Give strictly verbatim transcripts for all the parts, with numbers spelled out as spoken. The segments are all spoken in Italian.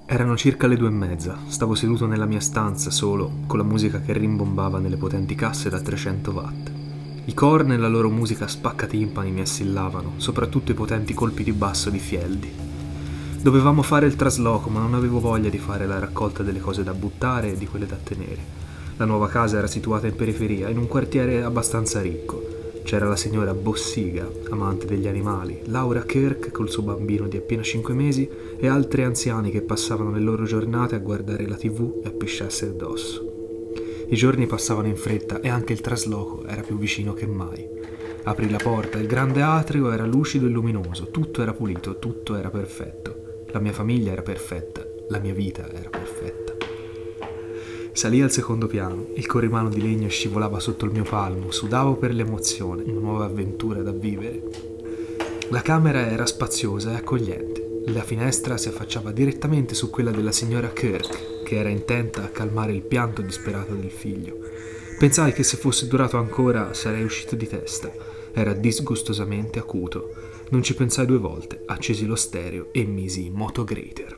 Erano circa le due e mezza, stavo seduto nella mia stanza solo, con la musica che rimbombava nelle potenti casse da trecento watt. I corn e la loro musica spaccatimpani mi assillavano, soprattutto i potenti colpi di basso di Fieldi. Dovevamo fare il trasloco, ma non avevo voglia di fare la raccolta delle cose da buttare e di quelle da tenere. La nuova casa era situata in periferia, in un quartiere abbastanza ricco. C'era la signora Bossiga, amante degli animali, Laura Kirk col suo bambino di appena cinque mesi e altri anziani che passavano le loro giornate a guardare la tivù e a pisciarsi addosso. I giorni passavano in fretta e anche il trasloco era più vicino che mai. Aprì la porta, il grande atrio era lucido e luminoso, tutto era pulito, tutto era perfetto. La mia famiglia era perfetta, la mia vita era perfetta. Salì al secondo piano, il corrimano di legno scivolava sotto il mio palmo, sudavo per l'emozione, una nuova avventura da vivere. La camera era spaziosa e accogliente. La finestra si affacciava direttamente su quella della signora Kirk, che era intenta a calmare il pianto disperato del figlio. Pensai che se fosse durato ancora sarei uscito di testa. Era disgustosamente acuto. Non ci pensai due volte, accesi lo stereo e misi Moto Grater.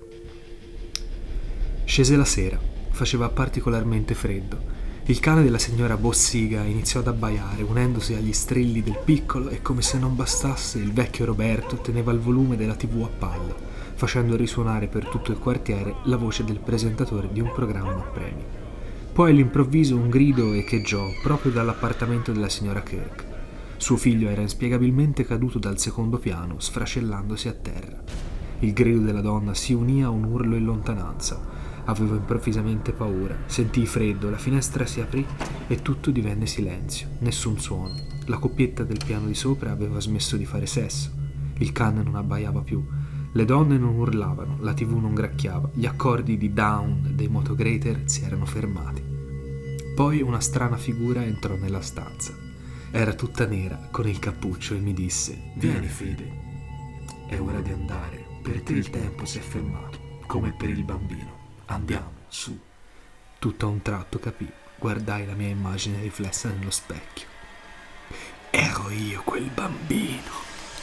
Scese la sera. Faceva particolarmente freddo. Il cane della signora Bossiga iniziò ad abbaiare, unendosi agli strilli del piccolo, e come se non bastasse il vecchio Roberto teneva il volume della tivù a palla, facendo risuonare per tutto il quartiere la voce del presentatore di un programma a premi. Poi all'improvviso un grido echeggiò proprio dall'appartamento della signora Kirk. Suo figlio era inspiegabilmente caduto dal secondo piano, sfracellandosi a terra. Il grido della donna si unì a un urlo in lontananza. Avevo improvvisamente paura, sentii freddo, la finestra si aprì e tutto divenne silenzio, nessun suono. La coppietta del piano di sopra aveva smesso di fare sesso, il cane non abbaiava più, le donne non urlavano, la tivù non gracchiava, gli accordi di Down dei Moto Grater si erano fermati. Poi una strana figura entrò nella stanza. Era tutta nera, con il cappuccio, e mi disse: «Vieni, Fede, è ora di andare, per te il tempo si è fermato, come per il bambino. Andiamo, su». Tutto a un tratto capì, guardai la mia immagine riflessa nello specchio. Ero io quel bambino.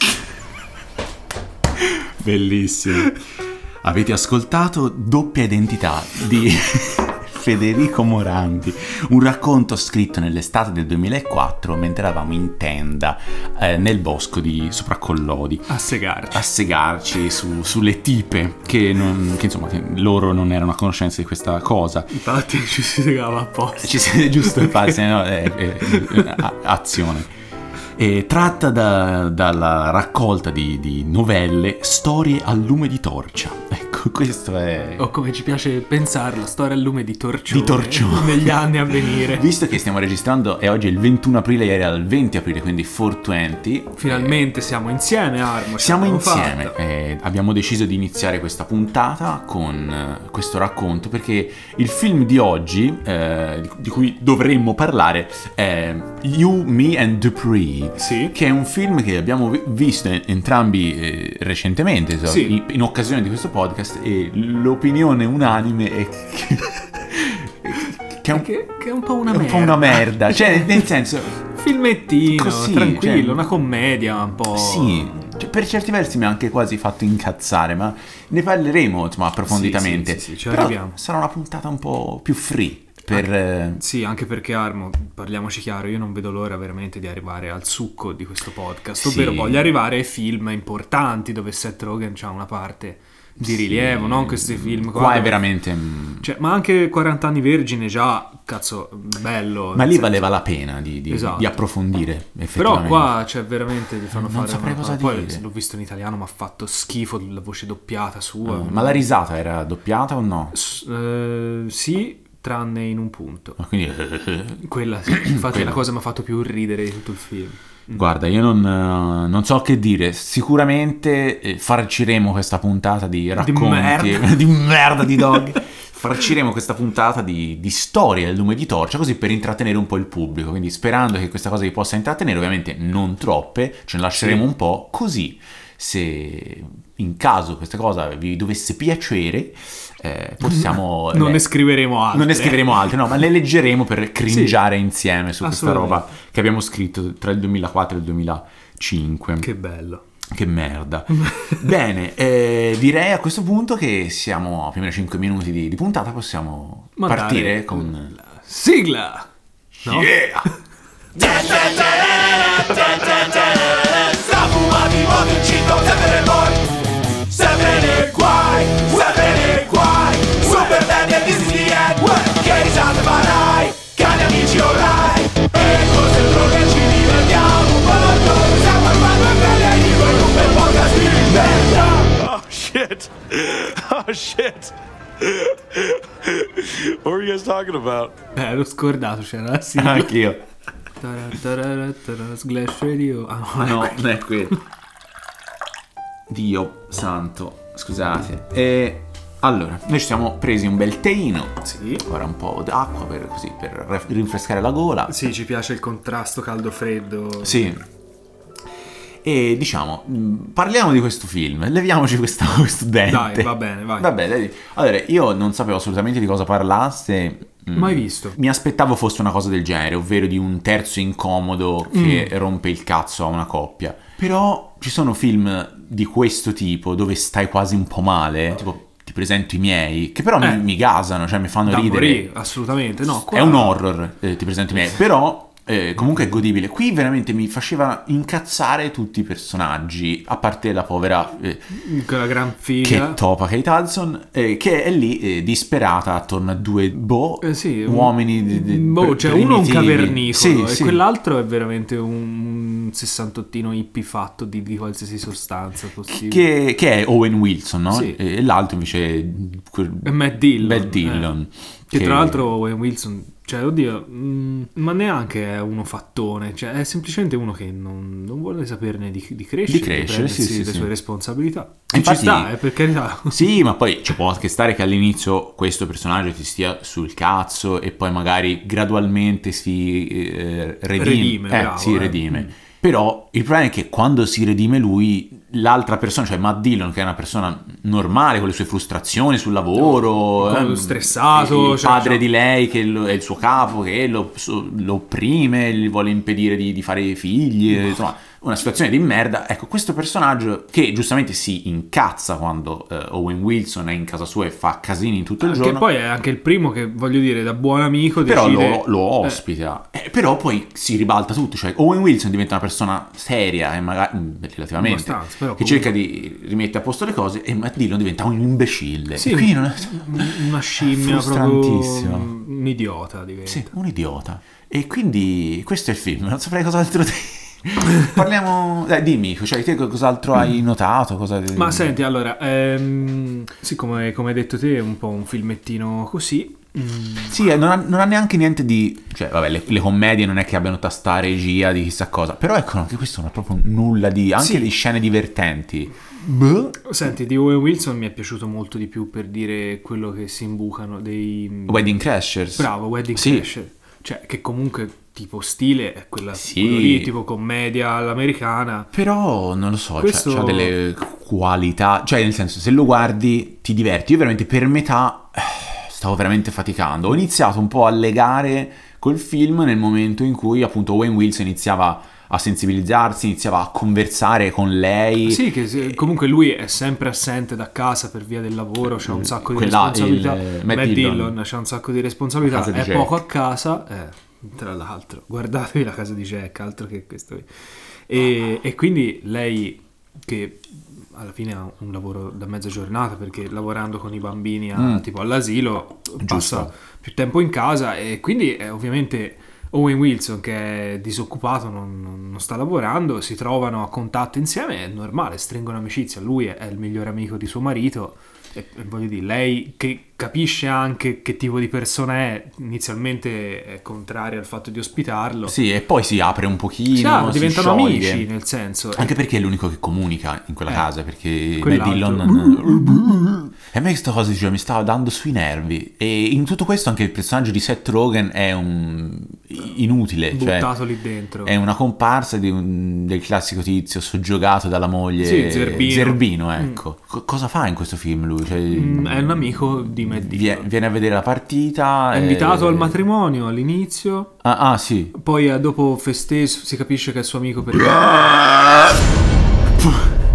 Bellissimo. Avete ascoltato Doppia Identità di Federico Morandi, un racconto scritto nell'estate del duemilaquattro mentre eravamo in tenda eh, nel bosco di Sopracollodi A segarci. a segarci su, sulle tipe che, non, che insomma che loro non erano a conoscenza di questa cosa. Infatti ci si segava apposta. Ci si, giusto, infatti, no, eh, eh, eh, azione. E tratta da, dalla raccolta di, di novelle Storie al lume di torcia. Ecco, questo è... O come ci piace pensarlo, storia al lume di torcione. Di torcione. Negli anni a venire. Visto che stiamo registrando e oggi è il ventuno aprile, ieri era il venti aprile, quindi quattrocentoventi. Finalmente eh, siamo insieme, Armo. Siamo insieme. Eh, abbiamo deciso di iniziare questa puntata con eh, questo racconto perché il film di oggi, eh, di, di cui dovremmo parlare, è You, Me and Dupree. Sì. Che è un film che abbiamo visto entrambi eh, recentemente, so, sì. in, in occasione di questo podcast, e l'opinione unanime è che, che, è, un, che, che è un po' una è merda. un po' una merda, cioè nel senso filmettino, così, tranquillo, cioè, una commedia un po'. Sì, cioè, per certi versi mi ha anche quasi fatto incazzare, ma ne parleremo insomma approfonditamente. Sì, sì, sì, sì, ci Però arriviamo. sarà una puntata un po' più free. Per... Ah, sì, anche perché, Armo, parliamoci chiaro, io non vedo l'ora veramente di arrivare al succo di questo podcast, ovvero sì. voglio arrivare ai film importanti dove Seth Rogen ha una parte di rilievo, sì. Non questi film qua, qua è veramente, cioè, ma anche quaranta anni vergine già, cazzo, bello, ma lì senso... valeva la pena di, di, esatto. di approfondire effettivamente. Però qua c'è, cioè, veramente ti fanno non fare saprei una... cosa poi dire. L'ho visto in italiano, ma ha fatto schifo la voce doppiata sua. Uh, ma la risata era doppiata o no? S- uh, sì, tranne in un punto. Ah, quindi... quella sì. Infatti Quella. È la cosa che mi ha fatto più ridere di tutto il film. Guarda, io non, non so che dire. Sicuramente eh, farciremo questa puntata di racconti di merda di, merda, di dog. Farciremo questa puntata di, di storie al lume di torcia, così per intrattenere un po' il pubblico. Quindi sperando che questa cosa vi possa intrattenere, ovviamente non troppe, ce ne lasceremo sì. un po', così se in caso questa cosa vi dovesse piacere, eh, possiamo... non le... ne scriveremo altre. Non ne scriveremo altre, no, ma le leggeremo per cringiare sì. insieme su questa roba che abbiamo scritto tra il duemilaquattro e il duemilacinque. Che bello. Che merda. Bene, eh, direi a questo punto che siamo a più o meno cinque minuti di, di puntata, possiamo Mandare partire con la sigla. No? Yeah! Strafumati, motorcito, sempre poi sempre guai, sempre guai. Super Daniel, this is the end. Che risate farai, cani amici orai. E cose droghe ci divertiamo un po'. Stiamo armando i fratelli con un bel podcast di merda. Oh shit! Oh shit! What were you guys talking about? Eh, l'ho scordato, c'era la sigla. Anch'io. Tarararara, Splash Radio. Ah no, No, è qui. non è quello. Dio santo, scusate. E allora, noi ci siamo presi un bel teino. Sì. Ora un po' d'acqua per, così, per ref- rinfrescare la gola. Sì, ci piace il contrasto caldo-freddo. Sì. E diciamo, mh, parliamo di questo film, leviamoci questo, questo dente. Dai, va bene, vai. Vabbè, dai. Allora, io non sapevo assolutamente di cosa parlasse. mh, Mai visto. Mi aspettavo fosse una cosa del genere, ovvero di un terzo incomodo che rompe il cazzo a una coppia. Però ci sono film di questo tipo dove stai quasi un po' male, tipo ti presento i miei, che però Eh. mi, mi gasano, cioè mi fanno Da ridere. morire, assolutamente. No, qua... È un horror, eh, ti presento i miei, però eh, comunque è godibile. Qui veramente mi faceva incazzare tutti i personaggi, a parte la povera eh, Quella gran che figa. topa Kate Hudson, eh, che è lì eh, disperata attorno a due boh, Eh sì, un- uomini di, di- boh, cioè uno è un primitivi. cavernicolo Sì, e sì. quell'altro è veramente un sessantottino hippie fatto di, di qualsiasi sostanza possibile. Che, che è Owen Wilson, no? Sì. E l'altro invece quel- È Matt Dillon. Matt Dillon, eh. Che, tra l'altro Owen Wilson, cioè oddio, mh, ma neanche è uno fattone, cioè è semplicemente uno che non, non vuole saperne di, di crescere, Di crescere, prendersi sì, sì, le sì. sue responsabilità. E Infatti- ci sta, eh, per carità. Sì, ma poi ci può anche stare che all'inizio questo personaggio ti stia sul cazzo e poi magari gradualmente si eh, redime. Redime, eh, bravo, si eh. redime. Mm. Però il problema è che quando si redime lui, l'altra persona, cioè Matt Dillon, che è una persona normale con le sue frustrazioni sul lavoro, Con- ehm, stressato, il cioè, padre cioè- di lei che lo- è il suo capo, che lo, lo opprime, gli vuole impedire di, di fare figli, insomma una situazione di merda. Ecco, questo personaggio che giustamente si incazza quando eh, Owen Wilson è in casa sua e fa casini tutto il Che giorno, poi è anche il primo che, voglio dire, da buon amico però decide... lo, lo ospita. Eh, però poi si ribalta tutto, cioè Owen Wilson diventa una persona seria e magari mm, relativamente Abbastanza, però che comunque- cerca di rimettere a posto le cose, e Matt Dillon diventa un imbecille. Sì, E quindi non è... una scimmia proprio, frustrantissimo. un idiota diventa. Sì, un idiota. E quindi questo è il film, non saprei cos'altro dire. Parliamo, dai, dimmi, cioè te cos'altro hai notato? Cosa... Ma senti, allora, ehm, sì, come, come hai detto te, è un po' un filmettino così. Mm, Sì, eh, non ha, non ha neanche niente di... Cioè, vabbè, le, le commedie non è che abbiano tasta regia di chissà cosa, però ecco, anche questo non ha proprio nulla di... Anche Sì. di scene divertenti. Boh. Senti, di Owen Wilson mi è piaciuto molto di più, per dire quello che si imbucano dei... Wedding Crashers. Bravo, Wedding Sì. Crasher. Cioè, che comunque tipo stile è quella, Sì. quello lì, tipo commedia all'americana. Però non lo so, Questo- c'ha, c'ha delle qualità, cioè nel senso, se lo guardi ti diverti. Io veramente per metà eh, stavo veramente faticando. Ho iniziato un po' a legare col film nel momento in cui appunto Owen Wilson iniziava a sensibilizzarsi, iniziava a conversare con lei. Sì, che se- comunque lui è sempre assente da casa per via del lavoro, c'ha un sacco di Quella- responsabilità. il, eh, Matt, Matt Dillon, Dillon. c'ha un sacco di responsabilità, Casa di è Jack. poco a casa, eh, tra l'altro, guardatevi La casa di Jack, altro che questo qui. E, e quindi lei, che alla fine ha un lavoro da mezza giornata, perché lavorando con i bambini a- Mm. tipo all'asilo passa Giusto. più tempo in casa, e quindi eh, ovviamente Owen Wilson, che è disoccupato, non, non- non sta lavorando, si trovano a contatto insieme, è normale, stringono amicizia. Lui è, è il migliore amico di suo marito e, e voglio dire, lei che capisce anche che tipo di persona è, inizialmente è contraria al fatto di ospitarlo. Sì, e poi si apre un pochino, Sì, ah, si diventano scioglie. amici, nel senso. Anche perché è l'unico che comunica in quella Eh, casa, perché Matt quell'altro. Dillon... E a me questa cosa cioè, mi stava dando sui nervi. E in tutto questo anche il personaggio di Seth Rogen è un... inutile. Cioè, buttato lì dentro. è una comparsa di un- del classico tizio soggiogato dalla moglie. Sì, Zerbino. Zerbino, ecco. Co- cosa fa in questo film lui? Cioè, Mm, è un amico di Matt vie- Dillon. viene a vedere la partita. È e- invitato al matrimonio all'inizio, Ah, ah, sì. poi eh, dopo festeggio si capisce che è il suo amico perché...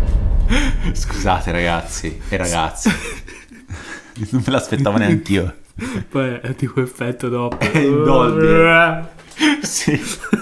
Scusate ragazzi e ragazzi, non me l'aspettavo neanche io. Poi è tipo effetto dopo. È in Dolby. Sì.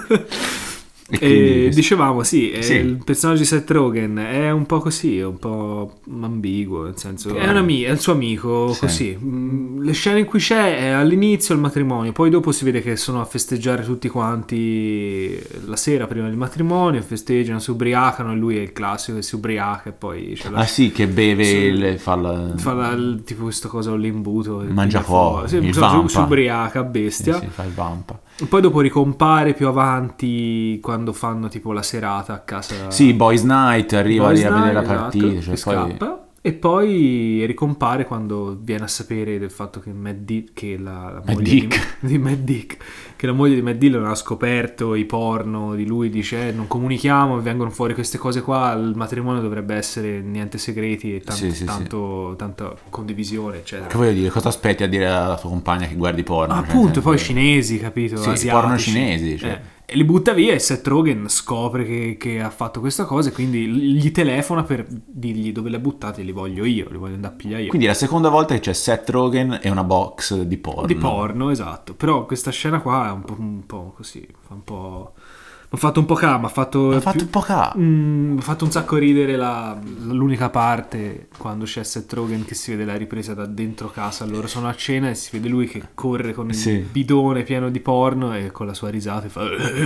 E, quindi, E dicevamo, sì, è sì. il personaggio di Seth Rogen è un po' così, è un po' ambiguo, nel senso è, un ami- è il suo amico, Sì. così. Mm, Le scene in cui c'è è all'inizio il matrimonio, poi dopo si vede che sono a festeggiare tutti quanti la sera prima del matrimonio, festeggiano, si ubriacano e lui è il classico che si ubriaca e poi c'è la Ah sì, che beve, Sì. il, fa la... fa la- il- tipo questo cosa l'imbuto, Mangia fuoco, sì, il si- vampa. si ubriaca a Sì, bestia. sì, fa il vampa. Poi dopo ricompare più avanti quando fanno tipo la serata a casa. Sì, Boys Night, arriva Boys lì a vedere la Night, partita, esatto, cioè e poi... scappa. E poi ricompare quando viene a sapere del fatto che Matt Di- che la, la Matt moglie Dick. Di, di Matt Dick, che la moglie di Matt Dillon ha scoperto i porno di lui, dice eh, non comunichiamo e vengono fuori queste cose qua, il matrimonio dovrebbe essere niente segreti e tanto, Sì, sì, tanto, tanta condivisione eccetera. Che voglio dire, cosa aspetti a dire alla tua compagna che guardi porno? Ah, Cioè, appunto, nel poi senso- cinesi, capito? Sì, asiatici. porno cinesi, cioè. Eh, e li butta via e Seth Rogen scopre che, che ha fatto questa cosa e quindi gli telefona per dirgli dove le ha buttate, li voglio io, li voglio andare a pigliare io. Quindi è la seconda volta che c'è Seth Rogen e una box di porno. Di porno, esatto. Però questa scena qua è un po', un po' così, fa un po'... Mi ha fatto un po' ca, mi ha fatto... Ha fatto più- un po' ca. Mm, mi ha fatto un sacco ridere la- l'unica parte quando c'è Seth Rogen che si vede la ripresa da dentro casa, loro sono a cena e si vede lui che corre con il Sì. bidone pieno di porno e con la sua risata e fa...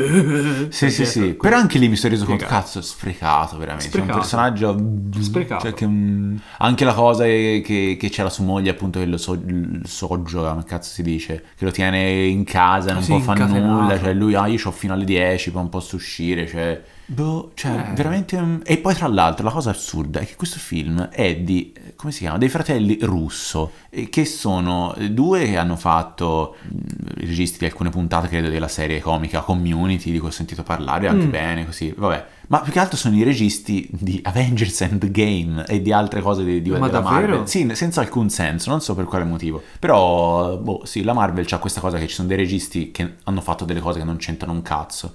Sì, sì, sì. Dietro, Però anche lì mi sono reso conto, Spiegato. cazzo, sprecato veramente. C'è un Sprecato. personaggio Sprecato. Cioè che, mm, anche la cosa che, che, che c'è la sua moglie, appunto, che lo so, il soggio, come cazzo si dice, che lo tiene in casa, non Sì, può fare incatenato. nulla. Cioè lui, ah, io c'ho fino alle dieci, poi non posso uscire. Cioè, boh, cioè, Eh. veramente. mm, E poi, tra l'altro, la cosa assurda è che questo film è di, eh, come si chiama? Dei fratelli Russo, eh, che sono due che hanno fatto mm, i registi di alcune puntate, credo, della serie comica Community, di cui ho sentito parlare anche Mm. bene, così, vabbè. Ma più che altro sono i registi di Avengers Endgame e di altre cose di, di, Ma della davvero? Marvel. Sì, senza alcun senso, non so per quale motivo. Però, boh, sì, la Marvel c'ha questa cosa che ci sono dei registi che hanno fatto delle cose che non c'entrano un cazzo.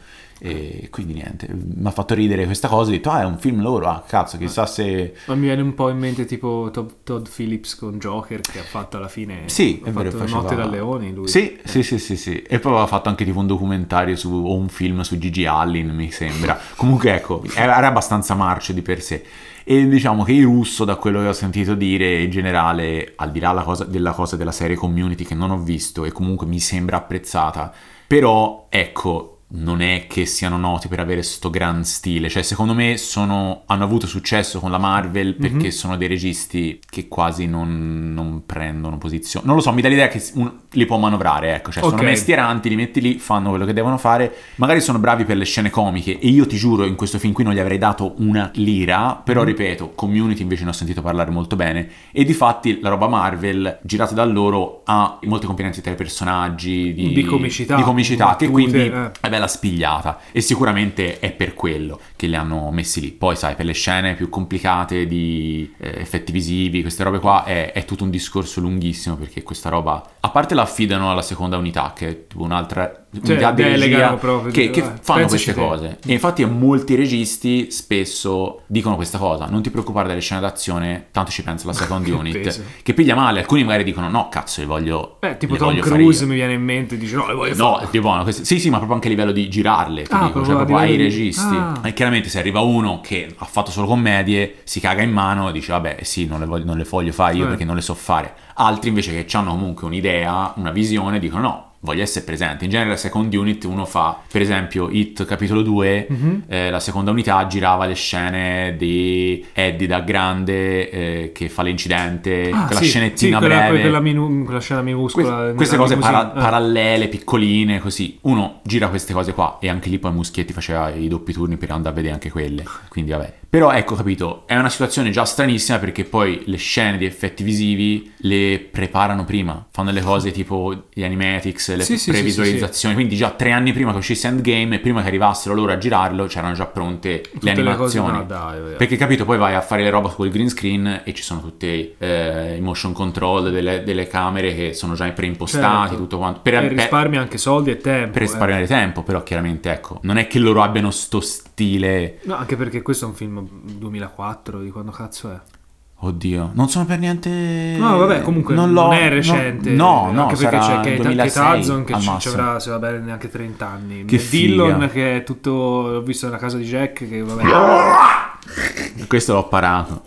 E quindi niente, mi ha fatto ridere questa cosa, ho detto, ah, è un film loro, ah, cazzo, chissà se... Ma mi viene un po' in mente tipo Todd, Todd Phillips con Joker che ha fatto alla fine Sì, ha è vero, fatto faceva... Notte da Leoni lui. Sì, sì, sì, sì, sì. E poi aveva fatto anche tipo un documentario su, o un film su Gigi Allin, mi sembra. Comunque ecco, era, era abbastanza marcio di per sé. E diciamo che i Russo, da quello che ho sentito dire in generale, al di là la cosa, della cosa della serie Community che non ho visto e comunque mi sembra apprezzata, però ecco, non è che siano noti per avere sto gran stile, cioè secondo me sono, hanno avuto successo con la Marvel perché Mhm. sono dei registi che quasi non, non prendono posizione, non lo so, mi dà l'idea che un- li può manovrare, ecco, cioè sono Ok. mestieranti, li metti lì, fanno quello che devono fare, magari sono bravi per le scene comiche e io ti giuro in questo film qui non gli avrei dato una lira, però Mhm. ripeto, Community invece ne ho sentito parlare molto bene e difatti la roba Marvel girata da loro ha molte componenti tra i personaggi di, Di comicità, di comicità che battute, quindi eh. è bella spigliata e sicuramente è per quello che li hanno messi lì. Poi sai, per le scene più complicate di eh, effetti visivi, queste robe qua è, è tutto un discorso lunghissimo perché questa roba, a parte la affidano alla seconda unità che è tipo un'altra Cioè, unità di delegano regia proprio, che, dico, che "Vai, fanno pensaci queste te." cose e infatti molti registi spesso dicono questa cosa, non ti preoccupare delle scene d'azione, tanto ci pensa la second Che unit, peso. che piglia male. Alcuni magari dicono no cazzo, li voglio Eh, tipo li Tom voglio fare Cruise io. mi viene in mente, dice no, le voglio No, fare. è buono. queste- Sì, sì, ma proprio anche a livello di girarle, ti Ah, dico, proprio cioè a proprio ai livello di- registi. Ah. E chiaramente se arriva uno che ha fatto solo commedie, si caga in mano e dice vabbè, sì, non le voglio, non le voglio fare io Eh. perché non le so fare. Altri invece che hanno comunque un'idea, una visione, dicono no, voglio essere presente. In genere la second unit uno fa, per esempio, Hit capitolo due, Mhm. eh, la seconda unità girava le scene di Eddie da grande eh, che fa l'incidente, Ah, quella sì, scenettina sì, quella, breve. quella, minu- quella scena minuscola. Que- queste nella cose limousine. para- Eh. parallele, piccoline, così. Uno gira queste cose qua e anche lì poi Muschietti faceva i doppi turni per andare a vedere anche quelle. Quindi vabbè. Però ecco, capito, è una situazione già stranissima perché poi le scene di effetti visivi le preparano prima. Fanno le cose tipo gli animatics, le Sì, sì, previsualizzazioni. Quindi già tre anni prima che uscisse Endgame e prima che arrivassero loro a girarlo c'erano già pronte Tutte le le cose, animazioni. no, dai, dai. Perché capito, poi vai a fare le robe col green screen e ci sono tutti eh, i motion control delle, delle camere che sono già preimpostati, Certo. tutto quanto. Per, E per- risparmia anche soldi e tempo. per eh. risparmiare tempo, però chiaramente ecco, non è che loro abbiano sto stile. No, anche perché questo è un film film duemilaquattro, di quando cazzo è? Oddio, non sono per niente. No, vabbè, comunque non, non, non è recente. No, no, anche perché c'è Kate, duemilasei Kate Hudson che al ci, ci massimo. avrà, se va bene, neanche trenta anni. Che Matt Dillon figa. che è tutto, l'ho visto nella casa di Jack, che vabbè. Questo l'ho parato.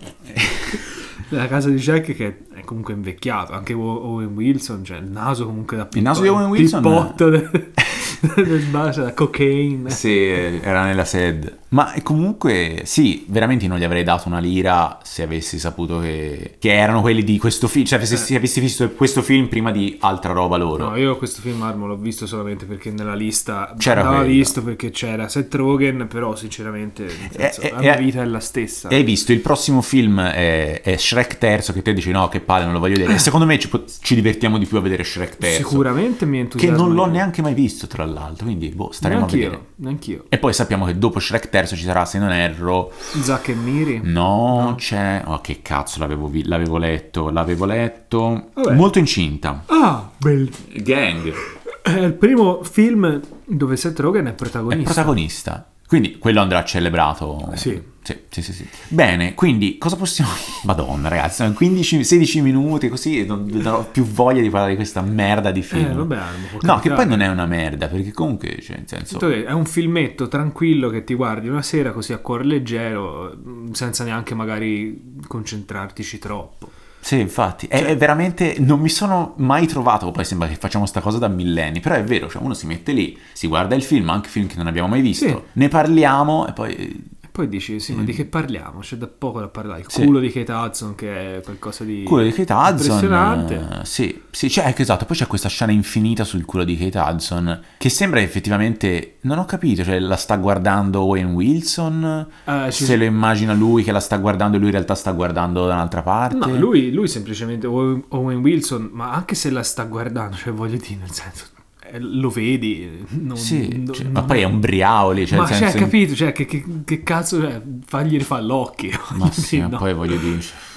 Nella casa di Jack che è comunque invecchiato, anche Owen Wilson, cioè il naso comunque da Il naso di Owen Wilson pippotto del, del bar, da cocaine. Sì, era nella sed. Ma comunque sì, veramente non gli avrei dato una lira se avessi saputo che, che erano quelli di questo film, cioè se, se avessi visto questo film prima di altra roba loro. No, io questo film Armo l'ho visto solamente perché nella lista C'era andava quello. visto, perché c'era Seth Rogen, però sinceramente nel senso, E- e- la mia e- vita è la stessa. E hai visto, il prossimo film è, è Shrek terzo, che te dici no, che palle, non lo voglio vedere. E secondo me ci, po- ci divertiamo di più a vedere Shrek terzo. Sicuramente mi Che entusiasma. non l'ho di più. neanche mai visto, tra l'altro, quindi boh, staremo a Neanch'io, vedere. neanch'io. E poi sappiamo che dopo Shrek terzo ci sarà, se non erro, Zack e Miri. no, c'è... Oh, che cazzo, l'avevo, vi- l'avevo letto, l'avevo letto... Vabbè. Molto incinta. Ah, bel... Gang. È il primo film dove Seth Rogen è È protagonista. protagonista. Quindi quello andrà celebrato. Sì. Sì, sì, sì, sì. Bene, quindi cosa possiamo... Madonna, ragazzi, sono quindici sedici minuti così e non non ho più voglia di parlare di questa merda di film. Eh, vabbè, Armo, può no, che capitare. poi non è una merda, perché comunque, cioè, nel senso... È un filmetto tranquillo che ti guardi una sera così a cuore leggero, senza neanche magari concentrartici troppo. Sì, infatti, è, è veramente... Non mi sono mai trovato, poi sembra che facciamo sta cosa da millenni, però è vero, cioè uno si mette lì, si guarda il film, anche film che non abbiamo mai visto, Sì. ne parliamo e poi... Poi dici, sì, ma di che parliamo? C'è da poco da parlare. Il Sì. culo di Kate Hudson, che è qualcosa di culo di Kate Hudson, impressionante. eh, sì, sì, cioè, ecco, esatto. Poi c'è questa scena infinita sul culo di Kate Hudson che sembra effettivamente, non ho capito, cioè la sta guardando Owen Wilson, Eh, ci- se lo immagina lui che la sta guardando e lui in realtà sta guardando da un'altra parte. No, lui, lui semplicemente, Owen Owen Wilson, ma anche se la sta guardando, cioè voglio dire, nel senso, eh, lo vedi, non, Sì, non- cioè, non- ma poi è un briaoli, cioè ma nel cioè, senso... capito, cioè, che, che, che cazzo, cioè, fagli rifare l'occhio. Ma sì, ma No. poi voglio dire...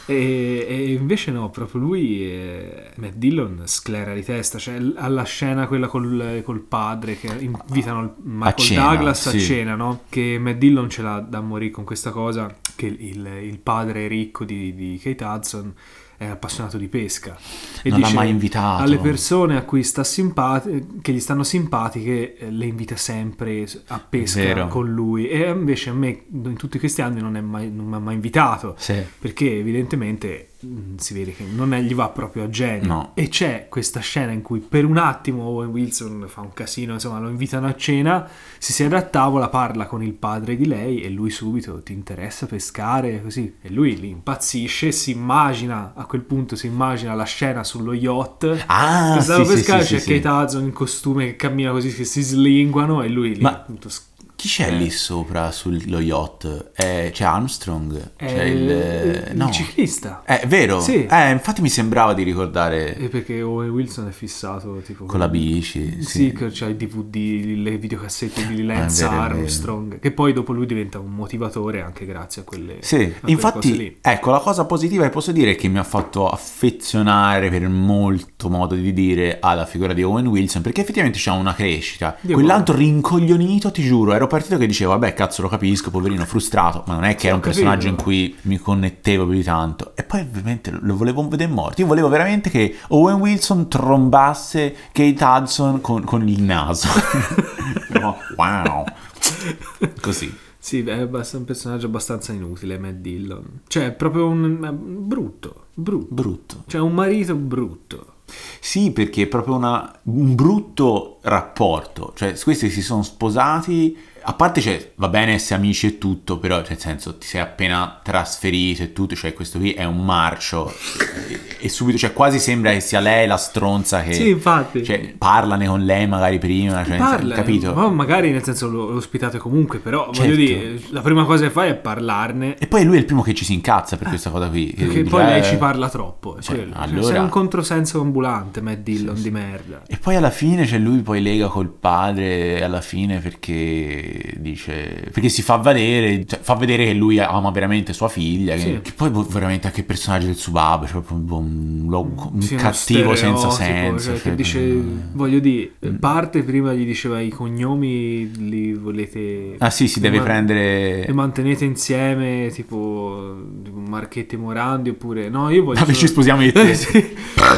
E, e invece no, proprio lui, eh, Matt Dillon, sclera di testa, cioè l- alla scena quella col, col padre che invitano il Michael cena, Douglas sì. a cena, no? Che Matt Dillon ce l'ha da morire con questa cosa, che il, il padre ricco di, di Kate Hudson è appassionato di pesca e Non l'ha dice mai invitato. alle persone a cui sta simpatiche, che gli stanno simpatiche, eh, le invita sempre a pesca Vero. con lui, e invece a me in tutti questi anni non, è mai, non mi ha mai invitato, Sì. perché evidentemente mh, si vede che non è- gli va proprio a genio. No. E c'è questa scena in cui per un attimo Owen Wilson fa un casino, insomma lo invitano a cena, si siede a tavola, parla con il padre di lei e lui subito: ti interessa pescare? Così, e lui lì impazzisce, si immagina, a quel punto si immagina la scena sullo yacht Ah, che stavo sì, a sì, pescare, sì, c'è sì, sì. Kate Hudson in costume che cammina così, che si slinguano, e lui lì Ma tutto s- Chi c'è Eh. lì sopra sullo yacht? Eh, c'è Armstrong? è C'è il... il, no. il ciclista. Eh, È vero? Sì. Eh, infatti mi sembrava di ricordare E perché Owen Wilson è fissato tipo con la bici. Sì, Sì. che c'ha i D V D, le videocassette di Ah, è Lance vero, è vero. Armstrong, che poi dopo lui diventa un motivatore anche grazie a quelle, Sì, a quelle cose infatti, lì. ecco, la cosa positiva che posso dire è che mi ha fatto affezionare, per molto modo di dire, alla figura di Owen Wilson, perché effettivamente c'ha una crescita. Dio Quell'altro rincoglionito, ti giuro, ero partito che dicevo, vabbè, cazzo, lo capisco, poverino, frustrato, ma non è che Sì, era ho un personaggio capito. in cui mi connettevo più di tanto. E poi ovviamente lo volevo vedere morto. Io volevo veramente che Owen Wilson trombasse Kate Hudson con, con il naso. No, wow. Così. Sì, è abbast- un personaggio abbastanza inutile, Matt Dillon. Cioè, è proprio un è brutto, brutto. Brutto. Cioè, un marito brutto. Sì, perché è proprio una, un brutto rapporto. Cioè, questi si sono sposati. A parte, cioè, va bene essere amici e tutto, però, cioè, nel senso, ti sei appena trasferito e tutto, cioè, questo qui è un marcio. E, e subito, cioè, quasi sembra che sia lei la stronza che... Sì, infatti. Cioè, parlane con lei magari prima, cioè, Parla, capito? ma magari nel senso lo, lo ospitate comunque, però Certo. voglio dire, la prima cosa che fai è parlarne. E poi lui è il primo che ci si incazza per questa cosa qui. Perché Dice, poi lei eh, ci parla troppo. È cioè, quello. Cioè, allora- sei un controsenso ambulante, Matt Dillon di merda. E poi alla fine, cioè, lui poi poi lega col padre alla fine perché dice, perché si fa vedere, cioè, fa vedere che lui ama veramente sua figlia, che, Sì. che poi boh, veramente anche il personaggio del Tsubaba, cioè proprio un, un, un Sì, uno cattivo senza stereotipo, senso, cioè, cioè, che dice, mm. voglio dire, parte prima gli diceva i cognomi li volete... Ah sì, si deve ma- prendere... E mantenete insieme tipo, tipo Marchetti e Morandi oppure... No, io voglio... Vabbè, ci sposiamo io e te. Eh, sì.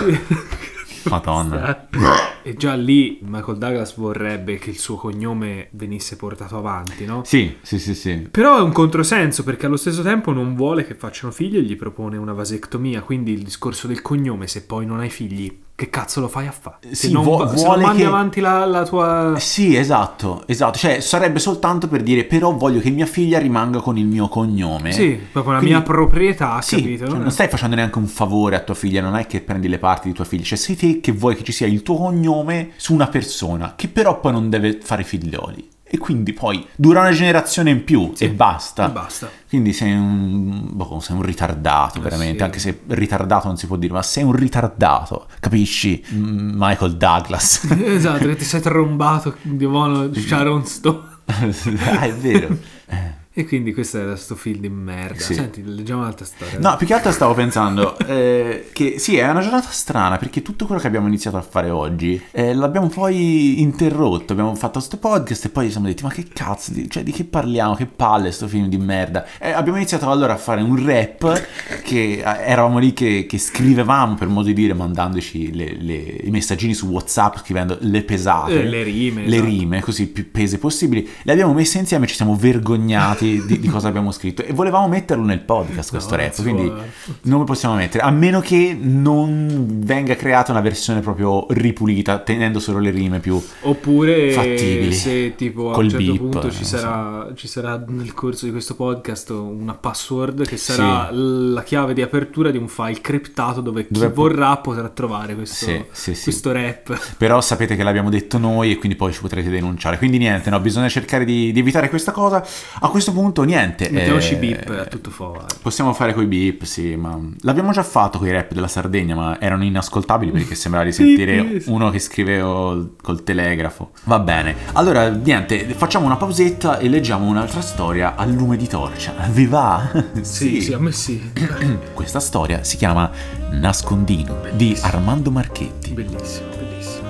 Madonna. E già lì Michael Douglas vorrebbe che il suo cognome venisse portato avanti, no? Sì, sì, sì, sì. Però è un controsenso perché allo stesso tempo non vuole che facciano figli e gli propone una vasectomia, quindi il discorso del cognome, se poi non hai figli, che cazzo lo fai a fare? Se Sì, non, vu- va- se vuole non mandi che- avanti la, la tua... Sì, esatto, esatto. Cioè, sarebbe soltanto per dire, però voglio che mia figlia rimanga con il mio cognome. Sì, proprio la Quindi- mia proprietà, Sì, capito? cioè, non stai facendo neanche un favore a tua figlia, non è che prendi le parti di tua figlia, cioè sei te che vuoi che ci sia il tuo cognome su una persona, che però poi non deve fare figlioli. E quindi poi dura una generazione in più Sì, e basta. e basta. Quindi sei un, boh, sei un ritardato, veramente. sì. Anche se ritardato non si può dire, ma sei un ritardato, capisci? Mm, Michael Douglas. Esatto, che ti sei trombato di buono Sharon Stone. Ah, è vero. Eh. E quindi questo era sto film di merda. Sì. Senti, leggiamo un'altra storia. No, più che altro stavo pensando eh, che sì, è una giornata strana perché tutto quello che abbiamo iniziato a fare oggi eh, l'abbiamo poi interrotto, abbiamo fatto sto podcast e poi ci siamo detti ma che cazzo, di, cioè di che parliamo, che palle sto film di merda. Eh, abbiamo iniziato allora a fare un rap che eh, eravamo lì che, che scrivevamo per modo di dire, mandandoci le, le, i messaggini su WhatsApp, scrivendo le pesate, Eh, le rime, le esatto. rime così più pese possibili. Le abbiamo messe insieme e ci siamo vergognati di, di cosa abbiamo scritto e volevamo metterlo nel podcast questo No, rap, si quindi può. non lo possiamo mettere a meno che non venga creata una versione proprio ripulita tenendo solo le rime più Oppure fattibili, se tipo a col un certo beep, punto non ci so. sarà, ci sarà nel corso di questo podcast una password che sarà la chiave di apertura di un file criptato dove chi Dove po- vorrà potrà trovare questo, Sì, sì, sì. questo rap. Però sapete che l'abbiamo detto noi e quindi poi ci potrete denunciare, quindi niente, no, bisogna cercare di, di evitare questa cosa. A questo punto niente, Mettiamoci eh, beep a tutto favore. possiamo fare coi beep, sì, ma l'abbiamo già fatto coi rap della Sardegna, ma erano inascoltabili perché sembrava di sentire uno che scriveva col telegrafo. Va bene, allora niente, facciamo una pausetta e leggiamo un'altra storia al lume di torcia. Vi va? Sì, sì, a me sì. Questa storia si chiama Nascondino di Armando Marchetti. Bellissimo, bellissimo.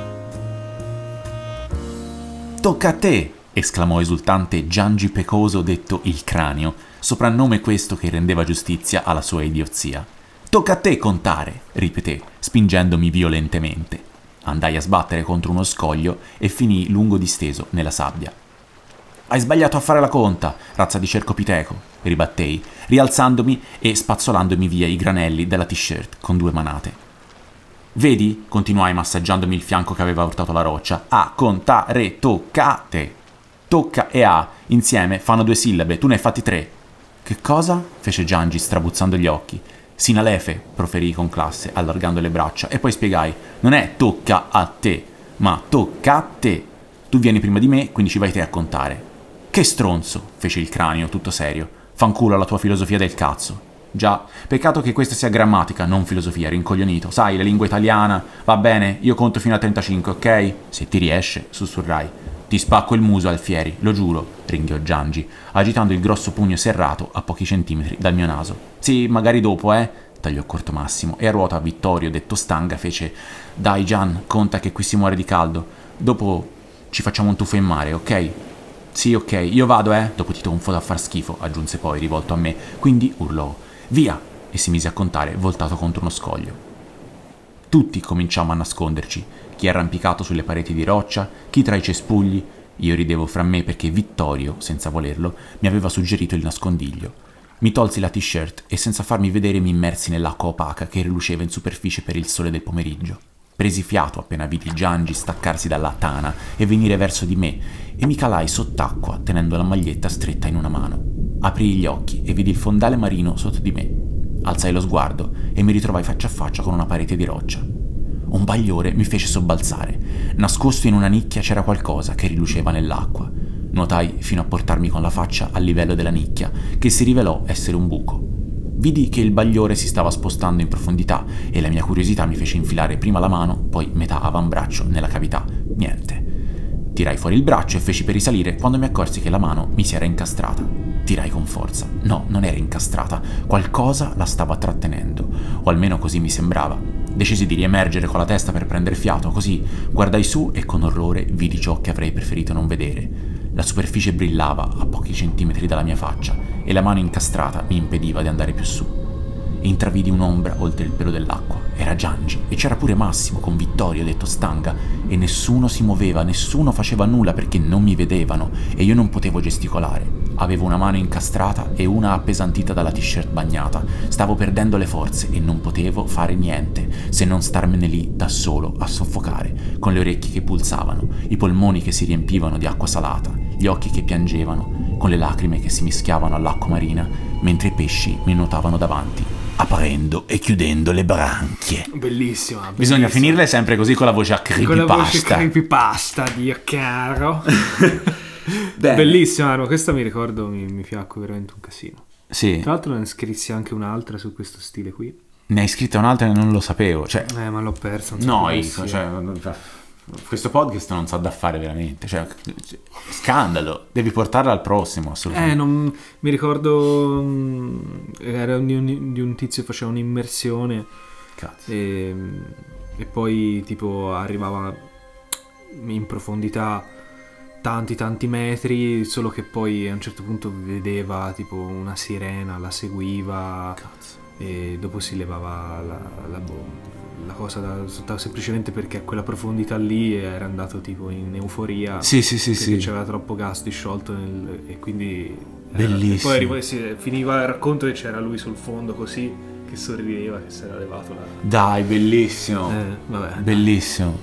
Tocca a te! Esclamò esultante Giangi Pecoso detto il cranio, soprannome questo che rendeva giustizia alla sua idiozia. Tocca a te contare, ripeté, spingendomi violentemente. Andai a sbattere contro uno scoglio e finii lungo disteso nella sabbia. Hai sbagliato a fare la conta, razza di cercopiteco, ribattei, rialzandomi e spazzolandomi via i granelli dalla t-shirt con due manate. Vedi, continuai massaggiandomi il fianco che aveva urtato la roccia, a contare, toccate. Tocca e a, insieme, fanno due sillabe, tu ne hai fatti tre. Che cosa? Fece Giangi strabuzzando gli occhi. Sinalefe, proferii con classe, allargando le braccia, e poi spiegai, non è tocca a te, ma tocca a te. Tu vieni prima di me, quindi ci vai te a contare. Che stronzo, fece il cranio, tutto serio. Fanculo alla tua filosofia del cazzo. Già, peccato che questa sia grammatica, non filosofia, rincoglionito. Sai, la lingua italiana, va bene, io conto fino a trentacinque, ok? Se ti riesce, sussurrai. Ti spacco il muso, Alfieri, lo giuro, ringhiò Giangi, agitando il grosso pugno serrato a pochi centimetri dal mio naso. Sì, magari dopo, eh? Tagliò corto Massimo, e a ruota Vittorio, detto Stanga, fece dai Gian, conta che qui si muore di caldo. Dopo ci facciamo un tuffo in mare, ok? Sì, ok, io vado, eh? Dopo ti tonfo da far schifo, aggiunse poi, rivolto a me. Quindi urlò, via! E si mise a contare, voltato contro uno scoglio. Tutti cominciammo a nasconderci, chi arrampicato sulle pareti di roccia, chi tra i cespugli. Io ridevo fra me perché Vittorio, senza volerlo, mi aveva suggerito il nascondiglio. Mi tolsi la t-shirt e senza farmi vedere mi immersi nell'acqua opaca che riluceva in superficie per il sole del pomeriggio. Presi fiato appena vidi Giangi staccarsi dalla tana e venire verso di me e mi calai sott'acqua tenendo la maglietta stretta in una mano. Aprii gli occhi e vidi il fondale marino sotto di me. Alzai lo sguardo e mi ritrovai faccia a faccia con una parete di roccia. Un bagliore mi fece sobbalzare. Nascosto in una nicchia c'era qualcosa che riluceva nell'acqua. Nuotai fino a portarmi con la faccia al livello della nicchia, che si rivelò essere un buco. Vidi che il bagliore si stava spostando in profondità e la mia curiosità mi fece infilare prima la mano, poi metà avambraccio nella cavità. Niente. Tirai fuori il braccio e feci per risalire quando mi accorsi che la mano mi si era incastrata. Tirai con forza. No, non era incastrata. Qualcosa la stava trattenendo, o almeno così mi sembrava. Decisi di riemergere con la testa per prendere fiato, così guardai su e con orrore vidi ciò che avrei preferito non vedere. La superficie brillava a pochi centimetri dalla mia faccia e la mano incastrata mi impediva di andare più su. Intravidi un'ombra oltre il pelo dell'acqua. Era Giangi e c'era pure Massimo con Vittorio detto Stanga e nessuno si muoveva, nessuno faceva nulla perché non mi vedevano e io non potevo gesticolare. Avevo una mano incastrata e una appesantita dalla t-shirt bagnata. Stavo perdendo le forze e non potevo fare niente se non starmene lì da solo a soffocare, con le orecchie che pulsavano, i polmoni che si riempivano di acqua salata, gli occhi che piangevano, con le lacrime che si mischiavano all'acqua marina, mentre i pesci mi nuotavano davanti, aprendo e chiudendo le branchie. Bellissima, bellissima. Bisogna finirle sempre così con la voce a creepypasta. Con la voce creepypasta, Dio caro. Bellissima, no? Questa mi ricordo, mi, mi piacque veramente un casino. Sì. Tra l'altro ne scrissi anche un'altra su questo stile qui. Ne hai scritta un'altra e non lo sapevo. Cioè, eh, ma l'ho persa. Non so no, come io, sia. cioè, questo podcast non sa da fare veramente. Cioè, scandalo. Devi portarla al prossimo, assolutamente. Eh, non mi ricordo. mh, Era di un, di un tizio che faceva un'immersione. Cazzo. E, e poi tipo arrivava in profondità tanti tanti metri, solo che poi a un certo punto vedeva tipo una sirena, la seguiva. Cazzo. E dopo si levava la, la, la cosa da sotto, semplicemente perché a quella profondità lì era andato tipo in euforia. Sì, sì, sì, perché sì. c'era troppo gas disciolto nel, e quindi Bellissimo. e poi arrivò, si, finiva il racconto e c'era lui sul fondo così che sorrideva, che si era levato la... Dai, bellissimo. Eh, vabbè. Bellissimo.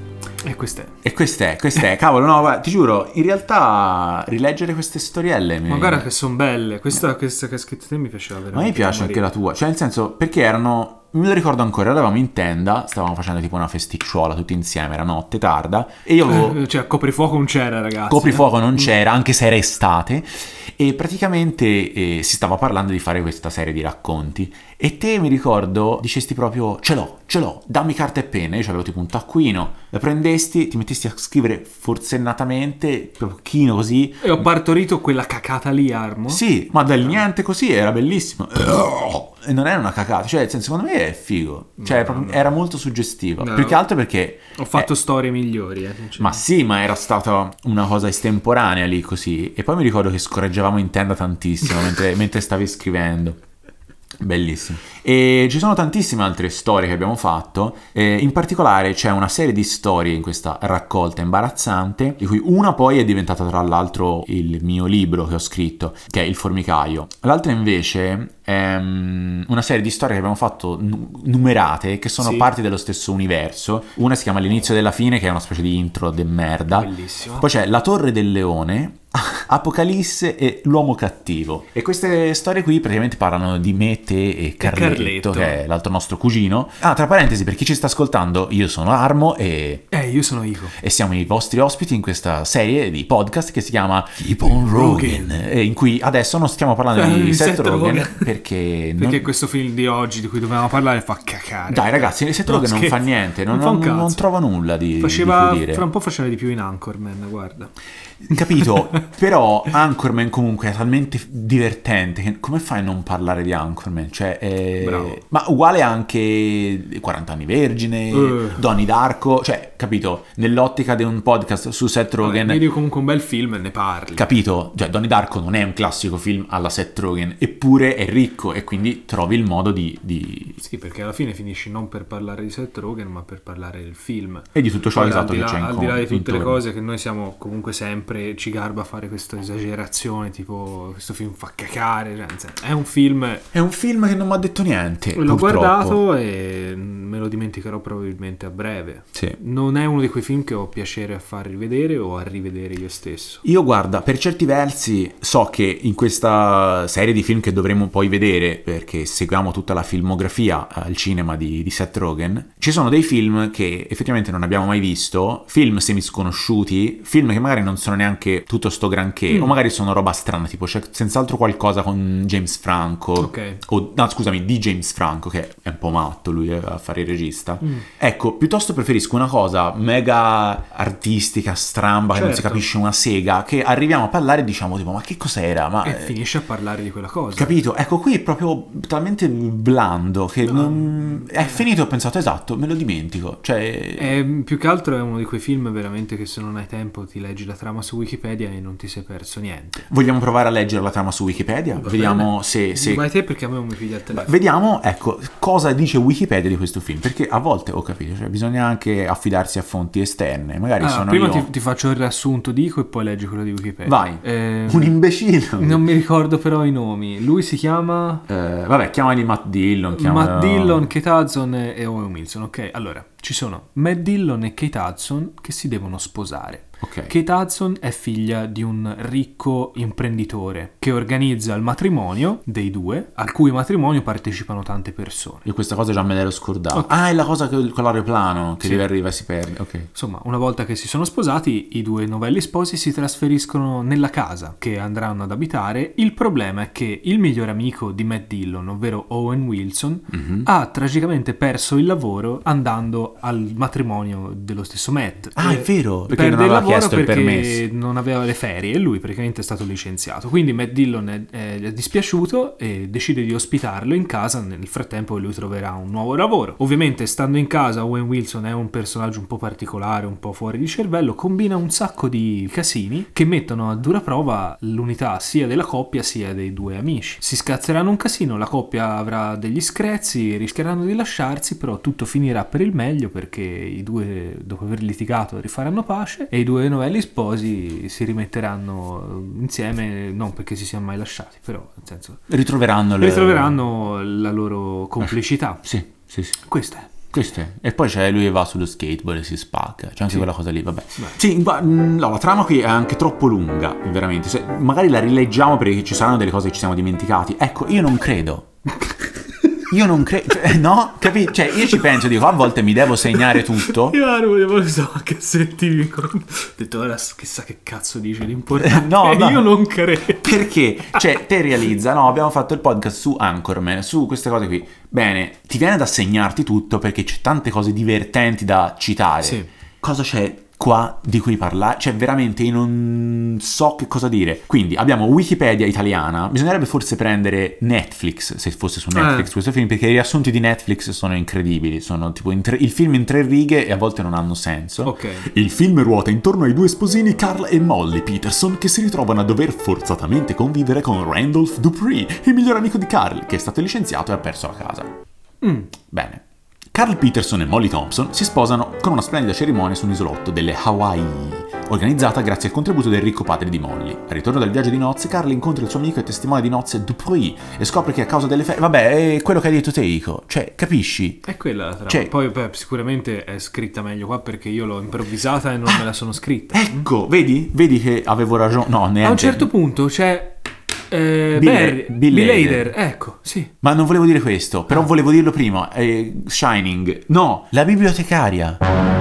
E questa è. E questa è, questa è, cavolo, no, guarda, ti giuro, in realtà rileggere queste storielle mi... Ma guarda che sono belle. Questa, questa che hai scritto te mi piaceva veramente. Ma mi piace anche la tua, cioè nel senso, perché erano, me lo ricordo ancora, eravamo in tenda, stavamo facendo tipo una festicciuola tutti insieme, era notte tarda, e io avevo... Eh, cioè coprifuoco non c'era, ragazzi. Coprifuoco eh. non c'era, anche se era estate, e praticamente eh, si stava parlando di fare questa serie di racconti, e te mi ricordo dicesti proprio, ce l'ho, ce l'ho, dammi carta e penna, io avevo tipo un taccuino, la prendesti, ti mettesti a scrivere forsennatamente, proprio chino così. E ho partorito quella cacata lì, Armo. Sì, ma del niente così, era bellissimo. E non era una cacata, cioè secondo me è figo, cioè No, proprio, no. era molto suggestiva, No. più che altro perché Ho fatto eh, storie migliori, eh. Cioè. ma sì, ma era stata una cosa estemporanea lì così. E poi mi ricordo che scorreggiavamo in tenda tantissimo mentre, mentre stavi scrivendo. Bellissimo. E ci sono tantissime altre storie che abbiamo fatto, eh, in particolare c'è una serie di storie in questa raccolta imbarazzante, di cui una poi è diventata tra l'altro il mio libro che ho scritto, che è Il formicaio. L'altra invece è um, una serie di storie che abbiamo fatto n- numerate, che sono Sì. parti dello stesso universo. Una si chiama L'inizio della fine, che è una specie di intro de merda. Bellissimo. Poi c'è La torre del leone, Apocalisse e L'uomo cattivo. E queste storie qui praticamente parlano di me, te e Carletto, Carletto. che è l'altro nostro cugino. Ah, tra parentesi, per chi ci sta ascoltando, io sono Armo e, Eh, io sono Ico. e siamo i vostri ospiti in questa serie di podcast che si chiama Keep on Rogan, e in cui adesso non stiamo parlando Eh, di di Seth Seth Rogen Rogen. perché, non- Perché questo film di oggi di cui dovevamo parlare fa cacare. dai ragazzi, Seth No, Rogen non scherzo. fa niente, non, Non fa un non- non cazzo. trova nulla di, Faceva, di cui dire. fra un po' faceva di più in Anchorman, guarda. Capito? Però Anchorman comunque è talmente divertente che come fai a non parlare di Anchorman? Cioè, è... Bravo. Ma uguale anche quaranta anni vergine, Uh. Donnie Darko, cioè, capito? Nell'ottica di un podcast su Seth Rogen, Vedi comunque un bel film e ne parli. capito? Cioè, Donnie Darko non è un classico film alla Seth Rogen, eppure è ricco e quindi trovi il modo di... di... Sì, perché alla fine finisci non per parlare di Seth Rogen, ma per parlare del film. E di tutto ciò, Poi, esatto, al di che là, c'è in al di là di tutte intorno. le cose che noi siamo comunque sempre, ci garba a fare questa esagerazione, tipo questo film fa cacare, cioè, nel senso, è un film. È un film che non mi ha detto niente, L'ho purtroppo. guardato e me lo dimenticherò probabilmente a breve. Sì. Non è uno di quei film che ho piacere a far rivedere o a rivedere io stesso. Io guarda, per certi versi so che in questa serie di film che dovremo poi vedere, perché seguiamo tutta la filmografia al cinema di, di Seth Rogen, ci sono dei film che effettivamente non abbiamo mai visto, film semisconosciuti, film che magari non sono neanche tutto sto granché, Mm. o magari sono roba strana, tipo c'è senz'altro qualcosa con James Franco, Ok. o no scusami, di James Franco, che è un po' matto lui eh, a fare i regista. Mm. Ecco, piuttosto preferisco una cosa mega artistica, stramba, certo. che non si capisce una sega, che arriviamo a parlare e diciamo tipo ma che cos'era? Ma, e finisce a parlare di quella cosa. Capito? Ecco, qui è proprio talmente blando che no. non... è finito e ho pensato esatto, me lo dimentico. Cioè... È, più che altro è uno di quei film veramente che se non hai tempo ti leggi la trama su Wikipedia e non ti sei perso niente. Vogliamo provare a leggere la trama su Wikipedia? Va Vediamo bene. se... se... Vai te perché a me non mi piglia il telefono. Vediamo, ecco, cosa dice Wikipedia di questo film, perché a volte ho capito, cioè bisogna anche affidarsi a fonti esterne, magari allora, sono prima io... ti, ti faccio il riassunto, dico, e poi leggi quello di Wikipedia. Vai, eh, un imbecille. Non mi ricordo però i nomi. Lui si chiama... Eh, vabbè, chiamali Matt Dillon. Chiamali... Matt Dillon, Kate Hudson e Owen Wilson, ok? Allora, ci sono Matt Dillon e Kate Hudson che si devono sposare. Okay. Kate Hudson è figlia di un ricco imprenditore che organizza il matrimonio dei due, al cui matrimonio partecipano tante persone. Io questa cosa già me l'ero scordata. Okay. Ah, è la cosa che, con l'aeroplano che sì. deve arrivare e si perde. Okay. Insomma, una volta che si sono sposati, i due novelli sposi si trasferiscono nella casa che andranno ad abitare. Il problema è che il miglior amico di Matt Dillon, ovvero Owen Wilson, mm-hmm. ha tragicamente perso il lavoro andando al matrimonio dello stesso Matt. Ah, e è vero, perché perde non aveva il lavoro chiesto il perché permesso. non aveva le ferie e lui praticamente è stato licenziato. Quindi Matt Dillon è, è, è dispiaciuto e decide di ospitarlo in casa. Nel frattempo lui troverà un nuovo lavoro. Ovviamente, stando in casa, Owen Wilson è un personaggio un po' particolare, un po' fuori di cervello, combina un sacco di casini che mettono a dura prova l'unità sia della coppia sia dei due amici. Si scazzeranno un casino, la coppia avrà degli screzi, rischieranno di lasciarsi, però tutto finirà per il meglio perché i due, dopo aver litigato, rifaranno pace e i due due novelli sposi si rimetteranno insieme, non perché si siano mai lasciati, però nel senso ritroveranno, le... ritroveranno la loro complicità. Sì, sì, sì. Questa è. Questo è. E poi c'è lui che va sullo skateboard e si spacca, c'è anche sì. quella cosa lì, vabbè. Beh. Sì, no, la trama qui è anche troppo lunga, veramente. Se, magari la rileggiamo perché ci saranno delle cose che ci siamo dimenticati. Ecco, io non credo. Io non credo, cioè, no? Capito? Cioè, io ci penso, dico, a volte mi devo segnare tutto. Io non volevo so che sentivi. Ho detto, ora chissà che cazzo dice l'importante. No, no, io non credo. Perché? Cioè, te realizza, no, abbiamo fatto il podcast su Anchorman, su queste cose qui. Bene, ti viene da segnarti tutto perché c'è tante cose divertenti da citare. Sì. Cosa c'è qua di cui parlare? Cioè veramente io non so che cosa dire. Quindi abbiamo Wikipedia italiana, bisognerebbe forse prendere Netflix, se fosse su Netflix eh. questo film, perché i riassunti di Netflix sono incredibili, sono tipo in tre, il film in tre righe e a volte non hanno senso. Ok. Il film ruota intorno ai due sposini Carl e Molly Peterson che si ritrovano a dover forzatamente convivere con Randolph Dupree, il miglior amico di Carl, che è stato licenziato e ha perso la casa. Mm. Bene. Carl Peterson e Molly Thompson si sposano con una splendida cerimonia su un isolotto delle Hawaii, organizzata grazie al contributo del ricco padre di Molly. Al ritorno dal viaggio di nozze, Carl incontra il suo amico e testimone di nozze Dupree e scopre che a causa delle ferie... Vabbè, è quello che hai detto te, Ico. Cioè, capisci? È quella la trama. Cioè... Poi beh, sicuramente è scritta meglio qua perché io l'ho improvvisata e non ah, me la sono scritta. Ecco, vedi? Vedi che avevo ragione. No, neanche... A un certo punto c'è... Eh, Bill, Barry, Bill, Bill Hader. Hader, ecco, sì. Ma non volevo dire questo, però ah. volevo dirlo prima. eh, Shining. No, la bibliotecaria.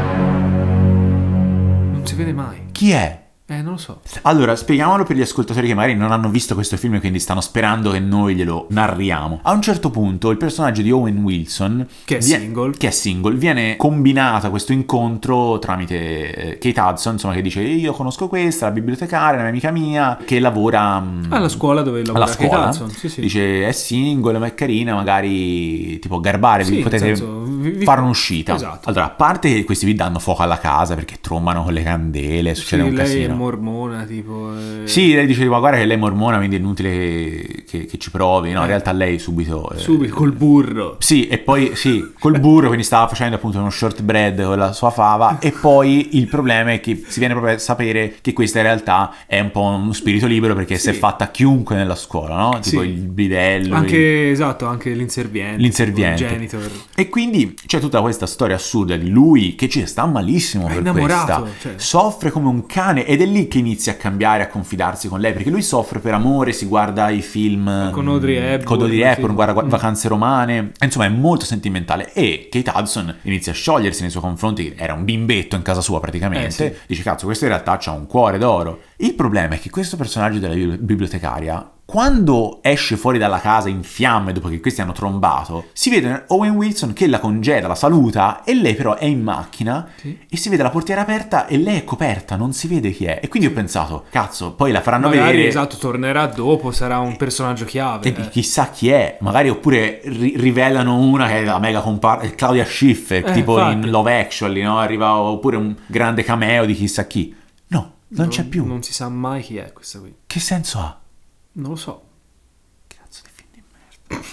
Non si vede mai. Chi è? Eh, non lo so. Allora, spieghiamolo per gli ascoltatori che magari non hanno visto questo film e quindi stanno sperando che noi glielo narriamo. A un certo punto il personaggio di Owen Wilson, che è viene, single, che è single, viene combinato a questo incontro tramite Kate Hudson, insomma, che dice io conosco questa, la bibliotecaria, una amica mia, che lavora alla scuola dove lavora alla scuola. Kate Hudson. Sì, sì. Dice è single, ma è carina, magari tipo garbare, sì, potete senso, vi, vi... fare un'uscita. Esatto. Allora, a parte che questi vi danno fuoco alla casa perché trombano con le candele, succede sì, un lei casino. È mormona, tipo. Eh... Sì, lei dice, ma guarda che lei è mormona, quindi è inutile che, che, che ci provi. No, eh. in realtà lei subito... Eh... Subito, col burro. Sì, e poi, sì, col burro, quindi stava facendo appunto uno shortbread con la sua fava. E poi il problema è che si viene proprio a sapere che questa in realtà è un po' uno spirito libero perché sì. si è fatta chiunque nella scuola, no? Tipo sì. il bidello. Anche, il... esatto, anche l'inserviente. L'inserviente. Il janitor. E quindi c'è tutta questa storia assurda di lui che ci sta malissimo è per innamorato, questa. Cioè. Soffre come un cane ed è lì che inizia a cambiare, a confidarsi con lei, perché lui soffre per amore, si guarda i film con Audrey Hepburn, con Audrey Hepburn, sì. guarda Vacanze romane, insomma è molto sentimentale e Kate Hudson inizia a sciogliersi nei suoi confronti, era un bimbetto in casa sua praticamente, eh, sì. dice cazzo questo in realtà c'ha un cuore d'oro Il problema è che questo personaggio della bibli- bibliotecaria, quando esce fuori dalla casa in fiamme dopo che questi hanno trombato, si vede Owen Wilson che la congeda, la saluta, e lei però è in macchina, sì, e si vede la portiera aperta e lei è coperta, non si vede chi è. E quindi sì, ho pensato, cazzo, poi la faranno magari, vedere, esatto, tornerà dopo, sarà un personaggio chiave, e eh. chissà chi è, magari, oppure ri- rivelano una che è la mega comparsa, Claudia Schiffer, eh, tipo infatti. in Love Actually, no? Arriva, oppure un grande cameo di chissà chi. No, non, non c'è più. Non si sa mai chi è questa qui. Che senso ha? Non lo so. Cazzo di film di merda.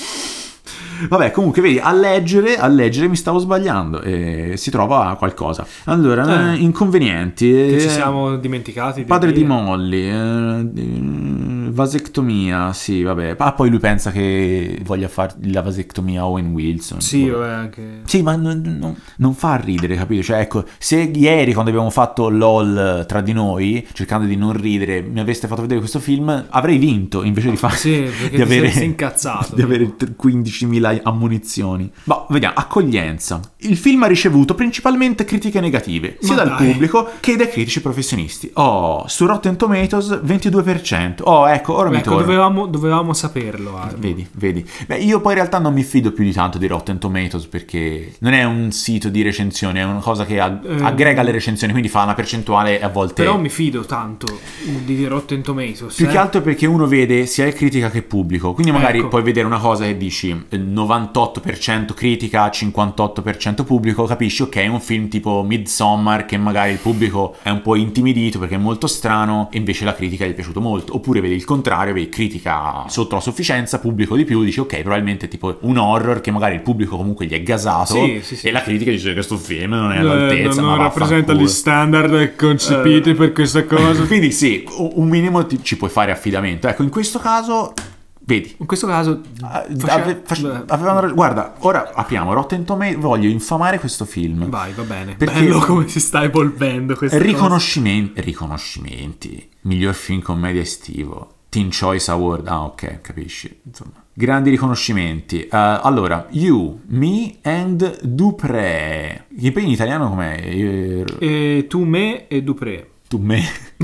Vabbè, comunque vedi, a leggere, a leggere mi stavo sbagliando e si trova qualcosa. Allora, Eh. inconvenienti. Che eh, ci siamo dimenticati di Padre di dire. Molly, eh, di- vasectomia, sì, vabbè. Ah, poi lui pensa che voglia fare la vasectomia a Owen Wilson. Sì, Boh. vabbè, anche... Sì, ma non, non- non fa ridere, capito? Cioè, ecco, se ieri quando abbiamo fatto LOL tra di noi, cercando di non ridere, mi aveste fatto vedere questo film, avrei vinto invece di fare Sì, perché di ti avere sei incazzato. di avere quindicimila ammonizioni. Ma vediamo, accoglienza. Il film ha ricevuto principalmente critiche negative, sia Ma dal dai. pubblico che dai critici professionisti. Oh, su Rotten Tomatoes ventidue per cento. Oh, ecco, ora mi Ecco, torna. dovevamo, dovevamo saperlo. Armo. Vedi, vedi. Beh, io poi in realtà non mi fido più di tanto di Rotten Tomatoes perché non è un sito di recensioni, è una cosa che ag- Eh, aggrega le recensioni, quindi fa una percentuale e a volte... Però mi fido tanto di Rotten Tomatoes. Più eh. che altro perché uno vede sia il critica che il pubblico, quindi magari Ecco. puoi vedere una cosa e dici eh, novantotto per cento critica, cinquantotto per cento pubblico, capisci? Ok, è un film tipo Midsommar che magari il pubblico è un po' intimidito perché è molto strano e invece la critica gli è piaciuto molto. Oppure vedi il contrario, vedi critica sotto la sufficienza, pubblico di più, dici ok, probabilmente è tipo un horror che magari il pubblico comunque gli è gasato, Sì, sì, sì. e la critica dice che questo film non è Eh, all'altezza, non, ma non rappresenta vaffanculo. gli standard concepiti per questa cosa. Quindi sì, un minimo ti- ci puoi fare affidamento. Ecco, in questo caso, vedi, In questo caso Ah, faceva- ave- face- avevano rag- guarda, ora apriamo Rotten Tomatoes, voglio infamare questo film. vai, va bene. Perché- Bello come si sta evolvendo questa cosa. Riconoscimenti, riconoscimenti, miglior film commedia estivo, Teen Choice Award, ah ok, capisci, insomma, grandi riconoscimenti. Uh, allora, You, Me and Dupré, che poi in italiano com'è? Io- E tu, me e Dupré. Tu me,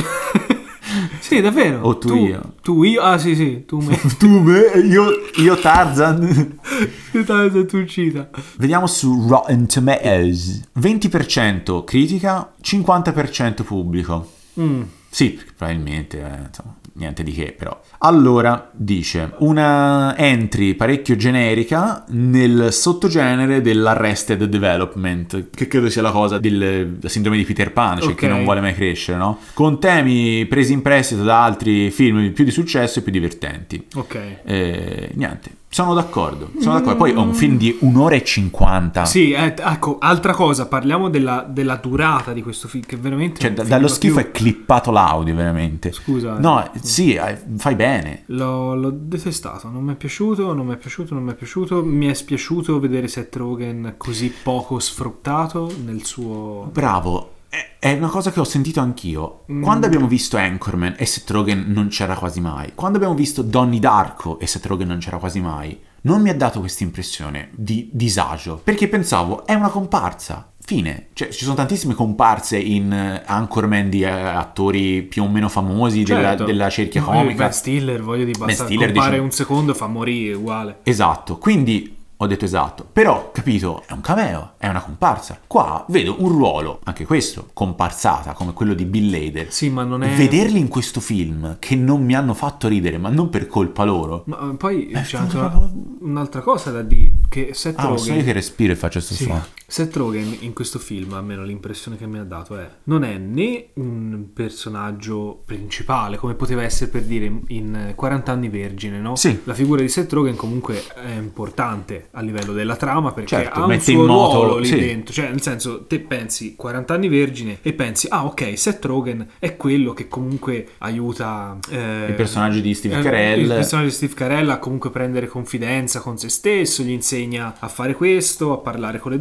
Sì, davvero. O tu io. Tu io. Ah, sì, sì, tu me. tu me, io, io Tarzan. Tu, tu cita. Vediamo su Rotten Tomatoes, venti per cento critica, cinquanta per cento pubblico. Mm. Sì, perché probabilmente, eh, insomma, niente di che, però. Allora, dice, una entry parecchio generica nel sottogenere dell'Arrested Development, che credo sia la cosa del la sindrome di Peter Pan, cioè Ok. che non vuole mai crescere, no? Con temi presi in prestito da altri film più di successo e più divertenti. Ok. Eh, niente, sono d'accordo, sono d'accordo. Poi è un film di un'ora e cinquanta. Sì, eh, ecco, altra cosa, parliamo della, della durata di questo film, che veramente... Cioè, è un da- film dallo da schifo più. è clippato l'audio, veramente. Scusa, eh. No, sì, eh, fai bene. L'ho, l'ho detestato, non mi è piaciuto, non mi è piaciuto, non mi è piaciuto. Mi è spiaciuto vedere Seth Rogen così poco sfruttato nel suo... Bravo, è, è una cosa che ho sentito anch'io. Quando abbiamo visto Anchorman e Seth Rogen non c'era quasi mai. Quando abbiamo visto Donnie Darko e Seth Rogen non c'era quasi mai. Non mi ha dato questa impressione di disagio, perché pensavo, è una comparsa. Fine, cioè ci sono tantissime comparse in eh, Anchorman di eh, attori più o meno famosi della, Certo. della cerchia No, comica. Ben Stiller, voglio dire, basta Stiller, compare dice- un secondo, fa morire uguale. Esatto, quindi ho detto esatto, però capito, è un cameo, è una comparsa. Qua vedo un ruolo, anche questo, comparsata come quello di Bill Hader. Sì, ma non è... Vederli in questo film che non mi hanno fatto ridere, ma non per colpa loro. Ma eh, poi Eh, c'è anche proprio- una- un'altra cosa da dire, che Seth Ah, sono io Rogen... che respiro e faccio questo Sì. suono. Seth Rogen in questo film, almeno l'impressione che mi ha dato è, non è né un personaggio principale, come poteva essere per dire in- in quaranta anni vergine, no? Sì. La figura di Seth Rogen comunque è importante a livello della trama perché Certo, ha un mette suo in moto- ruolo lì sì. dentro, cioè nel senso te pensi quaranta anni vergine e pensi ah ok, Seth Rogen è quello che comunque aiuta eh, Il personaggio di Steve eh, Carell. il personaggio di Steve Carell a comunque prendere confidenza con se stesso, gli insegna a fare questo, a parlare con le donne, poi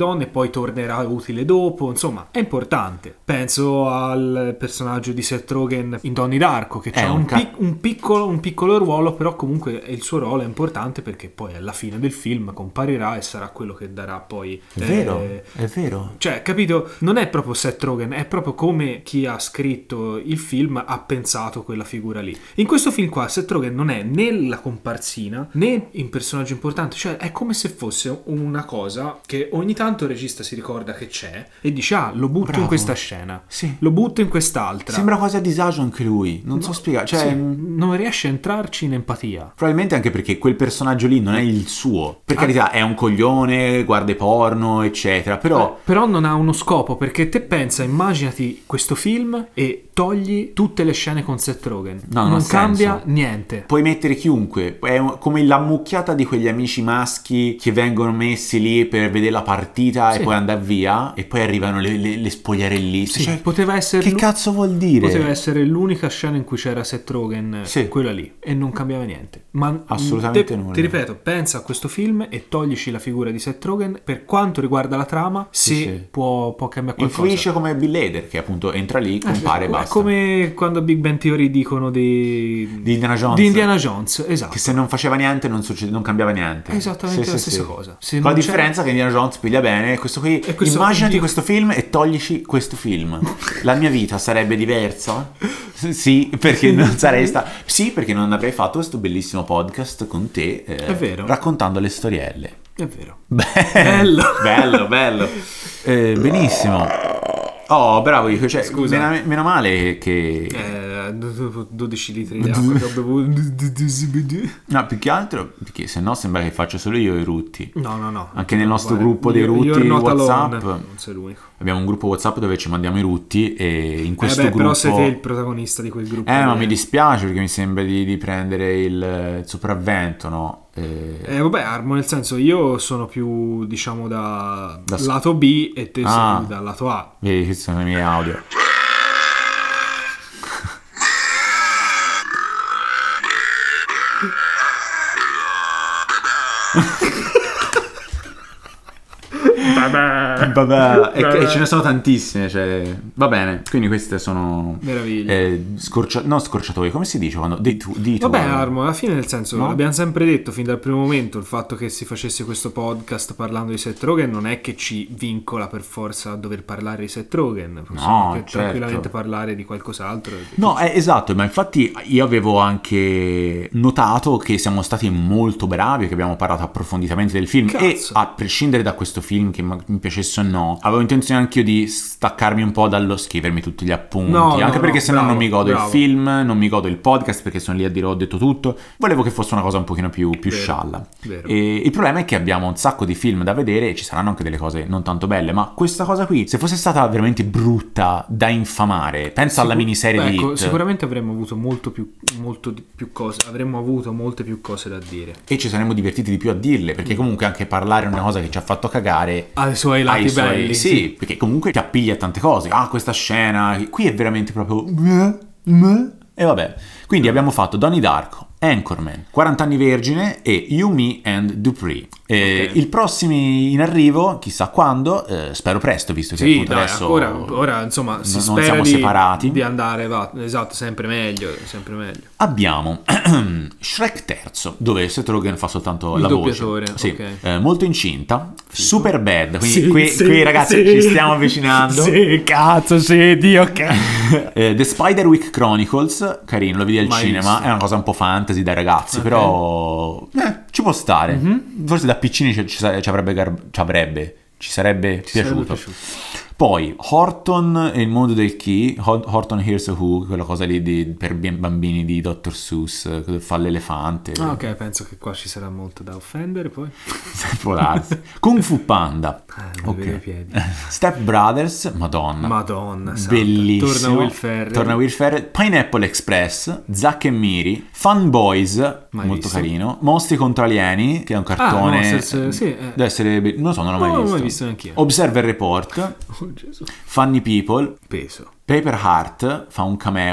poi tornerà utile dopo, insomma è importante. Penso al personaggio di Seth Rogen in Donnie Darko, che c'ha un un, ca- pic- un, piccolo, un piccolo ruolo, però comunque il suo ruolo è importante perché poi alla fine del film comparirà e sarà quello che darà poi È vero, eh, è vero. cioè, capito? Non è proprio Seth Rogen, è proprio come chi ha scritto il film ha pensato quella figura lì. In questo film qua Seth Rogen non è né la comparsina né un personaggio importante, cioè è come se fosse una cosa che ogni tanto il regista si ricorda che c'è e dice ah, lo butto Bravo. in questa scena, Sì. lo butto in quest'altra. Sembra quasi a disagio anche lui, non so spiegare, cioè Sì, non riesce a entrarci in empatia. probabilmente anche perché quel personaggio lì non è il suo. Per carità, è un coglione, guarda i porno, eccetera, però Eh, però non ha uno scopo, perché te pensa, immaginati questo film e togli tutte le scene con Seth Rogen, No, non non ha cambia senso. niente. puoi mettere chiunque, è un- come la mucchiata di quegli amici maschi che vengono messi lì per vedere la partita Sì. e poi andare via e poi arrivano le, le, le spogliarelliste. Sì, Cioè, poteva essere che lu- cazzo vuol dire? Poteva essere l'unica scena in cui c'era Seth Rogen, Sì. quella lì, e non cambiava niente. Ma Assolutamente te- nulla. Ti ripeto, pensa a questo film e toglici la figura di Seth Rogen per quanto riguarda la trama, se Sì, sì. Può, può cambiare qualcosa. Influisce come Bill Hader, che appunto entra lì, compare e È basta. come quando Big Bang Theory dicono di, Di Indiana Jones. di Indiana Jones, esatto. Che se non faceva niente non, succede, non cambiava niente. Esattamente Sì, la sì, stessa sì. cosa. Se Con la non c'è- differenza che Indiana Jones piglia bene, questo qui, E questo- immaginati Dio. questo film e toglici questo film. La mia vita sarebbe diversa? Sì, perché non sarei sta... Sì, perché non avrei fatto questo bellissimo podcast con te, eh, È vero. raccontando le storielle. È vero. Bello, bello, bello. Eh, benissimo. Oh, bravo, dico, cioè, Scusa. Meno, meno male che... Eh, do- dodici litri di acqua che ho bevuto. No, più che altro, perché se no sembra che faccia solo io i rutti. No, no, no. Anche nel nostro Guarda, gruppo dei you- rutti you're not WhatsApp. alone. Non sei l'unico. Abbiamo un gruppo WhatsApp dove ci mandiamo i rutti e in Eh questo beh, gruppo... però sei te il protagonista di quel gruppo. Eh, ma lì. mi dispiace perché mi sembra di, di prendere il, il sopravvento, no? Eh, Eh, vabbè, Armo, nel senso, io sono più, diciamo, da, Da s- lato B e te Ah. sei dal lato A. Vedi, questi sono i miei audio. Vabbè, e, e ce ne sono tantissime, cioè, va bene. Quindi queste sono Meraviglia. eh, scorcia- no, scorciatoie, come si dice quando di tu, di tu- Vabbè, Armo, alla fine, nel senso, No? l'abbiamo sempre detto fin dal primo momento, il fatto che si facesse questo podcast parlando di Seth Rogen non è che ci vincola per forza a dover parlare di Seth Rogen. Possiamo No, anche certo. tranquillamente parlare di qualcos'altro. No, eh, esatto, ma infatti io avevo anche notato che siamo stati molto bravi, che abbiamo parlato approfonditamente del film e Cazzo. a prescindere da questo film che ma- mi piacesse o no, avevo intenzione anch'io di staccarmi un po' dallo scrivermi tutti gli appunti, No, anche no, perché no, se no bravo, non mi godo bravo. il film, non mi godo il podcast perché sono lì a dire ho detto tutto, volevo che fosse una cosa un pochino più, più Vero, scialla. vero. E il problema è che abbiamo un sacco di film da vedere e ci saranno anche delle cose non tanto belle, ma questa cosa qui, se fosse stata veramente brutta da infamare, pensa alla Sicur- miniserie Beh, di ecco, Hit. sicuramente avremmo avuto molto più, molto di- più cose, avremmo avuto molte più cose da dire. E ci saremmo divertiti di più a dirle, perché comunque anche parlare di una cosa che ci ha fatto cagare Ha i suoi ha lati i suoi- belli. sì, perché comunque ti appiglia a tante cose. Ah, questa scena qui è veramente proprio e vabbè. Quindi abbiamo fatto Donnie Darko, Anchorman, quaranta anni vergine e You, Me and Dupree. E Ok. il prossimo in arrivo, chissà quando, eh, spero presto, visto che Sì, appunto dai, adesso ora, ora insomma si non- non spera siamo di, separati. di andare, va, esatto, sempre meglio, sempre meglio. abbiamo Shrek terzo, dove Seth Rogen fa soltanto Il la doppiatore, voce. Sì, ok. eh, molto incinta, super bad, quindi Sì, qui, sì, qui, ragazzi sì. ci stiamo avvicinando. Sì, cazzo, sì, Dio che... Eh, The Spiderwick Chronicles, carino, lo vedi al Mai cinema, visto. è una cosa un po' fantasy dai ragazzi, Ok. però eh, ci può stare. Mhm. Forse da piccini ci, ci sa- ci avrebbe, gar- ci avrebbe, ci sarebbe Ci sarebbe piaciuto. piaciuto. Poi Horton e il mondo del chi, Ho- Horton Hears a Who, quella cosa lì di- per bi- bambini di doctor Seuss, che fa l'elefante. Ah, ok, penso che qua ci sarà molto da offendere poi. Può darsi. Kung Fu Panda. Eh, Ok. vedo i piedi. Step Brothers, Madonna. Madonna santa. Bellissimo. Torna Will Ferrell. Torna Will Ferrell. Pineapple Express, Zack e Miri, Fun Boys, Mai molto visto. carino. Mostri contro alieni, che è un cartone. Monsters, sì, eh. Deve essere be- non lo so, non l'ho mai No, non l'ho visto. mai visto neanch'io. Observer Report, Oh, Gesù. Funny People, Peso. Paper Heart fa un cameo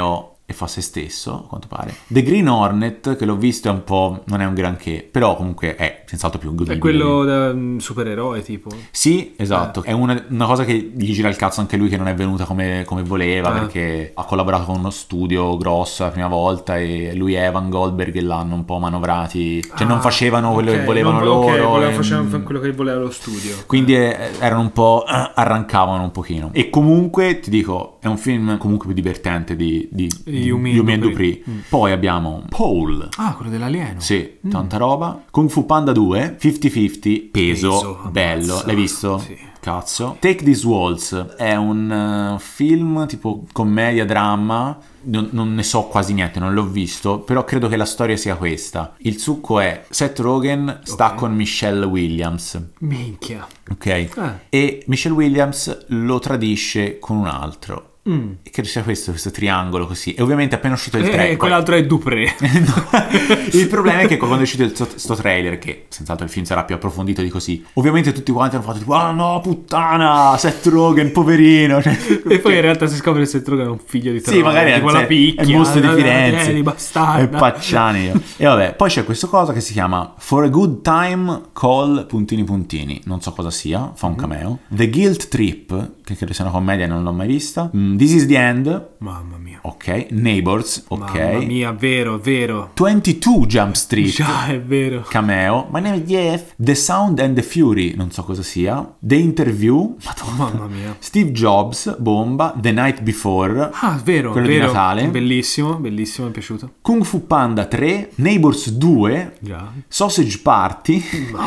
e fa se stesso, a quanto pare. The Green Hornet, che l'ho visto, è un po'... non è un granché, però comunque è senz'altro più godibile. È quello da um, supereroe tipo? Sì, esatto. Eh. È una, una cosa che gli gira il cazzo anche lui, che non è venuta come, come voleva, Ah. perché ha collaborato con uno studio grosso la prima volta e lui e Evan Goldberg l'hanno un po' manovrati. Cioè non facevano quello Ok, che volevano non- loro. ok, volevano- e- facevano quello che voleva lo studio. Quindi eh, erano un po'... eh, arrancavano un pochino. E comunque, ti dico, è un film comunque più divertente di, di, Di Yumi Yumi and Dupree. Dupree. Poi abbiamo Paul. Ah, quello dell'alieno. Sì, tanta roba. Kung Fu Panda due, cinquanta cinquanta, peso, Peso, bello. ammazza. L'hai visto? Sì. Cazzo. Take This Waltz è un uh, film tipo commedia, dramma. Non, non ne so quasi niente, non l'ho visto, però credo che la storia sia questa. Il succo è Seth Rogen sta Ok. con Michelle Williams, Minchia. ok? E Michelle Williams lo tradisce con un altro. Mm. E credo sia questo, questo triangolo così. E ovviamente appena uscito il E tre, quell'altro è Dupree. il problema è che quando è uscito il, sto trailer, che senz'altro il film sarà più approfondito di così, ovviamente tutti quanti hanno fatto tipo ah no puttana, Seth Rogen poverino, cioè, E poi in realtà si scopre che Seth Rogen è un figlio di sì, Troia, magari tipo è, la picchia, è il mostro di la- la- Firenze, eh, di bastarda. è Pacciani. E vabbè, poi c'è questa cosa che si chiama For a Good Time Call puntini puntini, non so cosa sia, fa un cameo. The Guilt Trip, che credo sia una commedia, non l'ho mai vista. Mm, This is the End, Mamma mia. ok. Neighbors, ok. Mamma mia, vero, vero. ventidue Jump Street, Già, è vero. cameo. My name is Jeff. The Sound and the Fury, non so cosa sia. The Interview, Madonna. Mamma mia. Steve Jobs, bomba. The Night Before, Ah, vero, quello vero. di Natale. Bellissimo, bellissimo, mi è piaciuto. Kung Fu Panda tre, Neighbors due, Già. Sausage Party,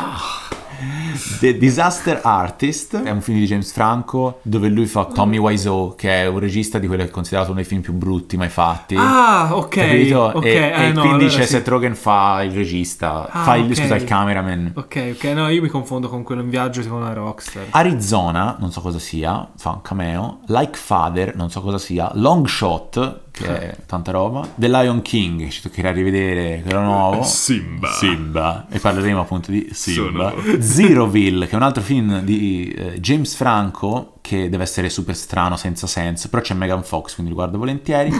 The Disaster Artist, è un film di James Franco dove lui fa Tommy Wiseau, che è un regista di quello che è considerato uno dei film più brutti mai fatti. Ah, ok. Capito? Ok, e eh, e no, quindi allora c'è sì. Seth Rogen fa il regista, Ah, fa il, ok. scusa, il cameraman. Ok, ok, no, io mi confondo con quello in viaggio con una rockstar. Arizona, non so cosa sia, fa un cameo. Like Father, non so cosa sia. Long Shot, che è tanta roba. The Lion King, ci toccherà rivedere quello nuovo. Simba. Simba. E parleremo appunto di Simba. Zeroville, che è un altro film di eh, James Franco, che deve essere super strano, senza senso, però c'è Megan Fox, quindi lo guardo volentieri.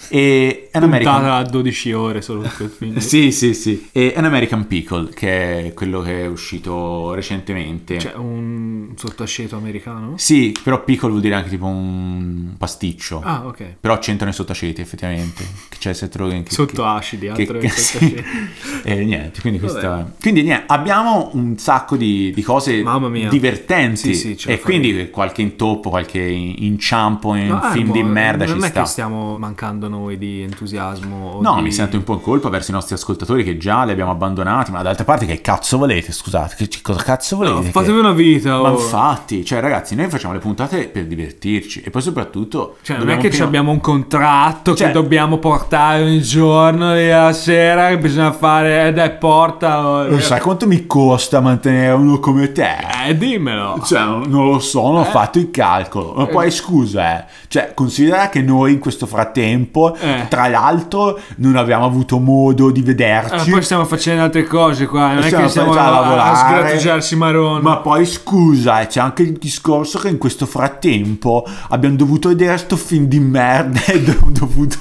E An American... Puntata a dodici ore solo per quel film. Sì, sì, sì. E An American Pickle, che è quello che è uscito recentemente. Cioè, un sottosceto americano? Sì, però pickle vuol dire anche tipo un pasticcio. Ah, ok. Però c'entrano i sottaceti, effettivamente. Che c'è Seth Rogen che... Sotto che- acidi, che- altro che- che sottosceto. E niente, quindi Vabbè. questa... Quindi niente, abbiamo un sacco di, di cose Mamma mia. divertenti. Sì, sì, ce la e faremo. quindi qualche intoppo, qualche inciampo in No, film Armo, di merda non ci è sta. che stiamo mancando noi di entusiasmo o No, di- mi sento un po' in colpa verso i nostri ascoltatori che già li abbiamo abbandonati, ma d'altra parte che cazzo volete, scusate, che, che cosa cazzo volete? No, che- fatevi una vita. Ma oh. infatti, cioè ragazzi, noi facciamo le puntate per divertirci e poi soprattutto... Cioè, non è dobbiamo che prima- abbiamo un contratto Cioè- che dobbiamo portare ogni giorno e la sera che bisogna fare ed è porta. Lo sai quanto mi costa mantenere uno come te? Eh, dimmelo. Cioè, non non lo so, non ho Eh. fatto il calcolo. Ma poi scusa, eh. Cioè, considera che noi in questo frattempo, Eh. tra l'altro, non abbiamo avuto modo di Eh, vederci. poi stiamo facendo altre cose qua. Non è Stiamo che stiamo facendo a, a lavorare. sgrattugiarsi marroni. Ma poi scusa, eh, c'è anche il discorso che in questo frattempo abbiamo dovuto vedere sto film di merda e abbiamo dovuto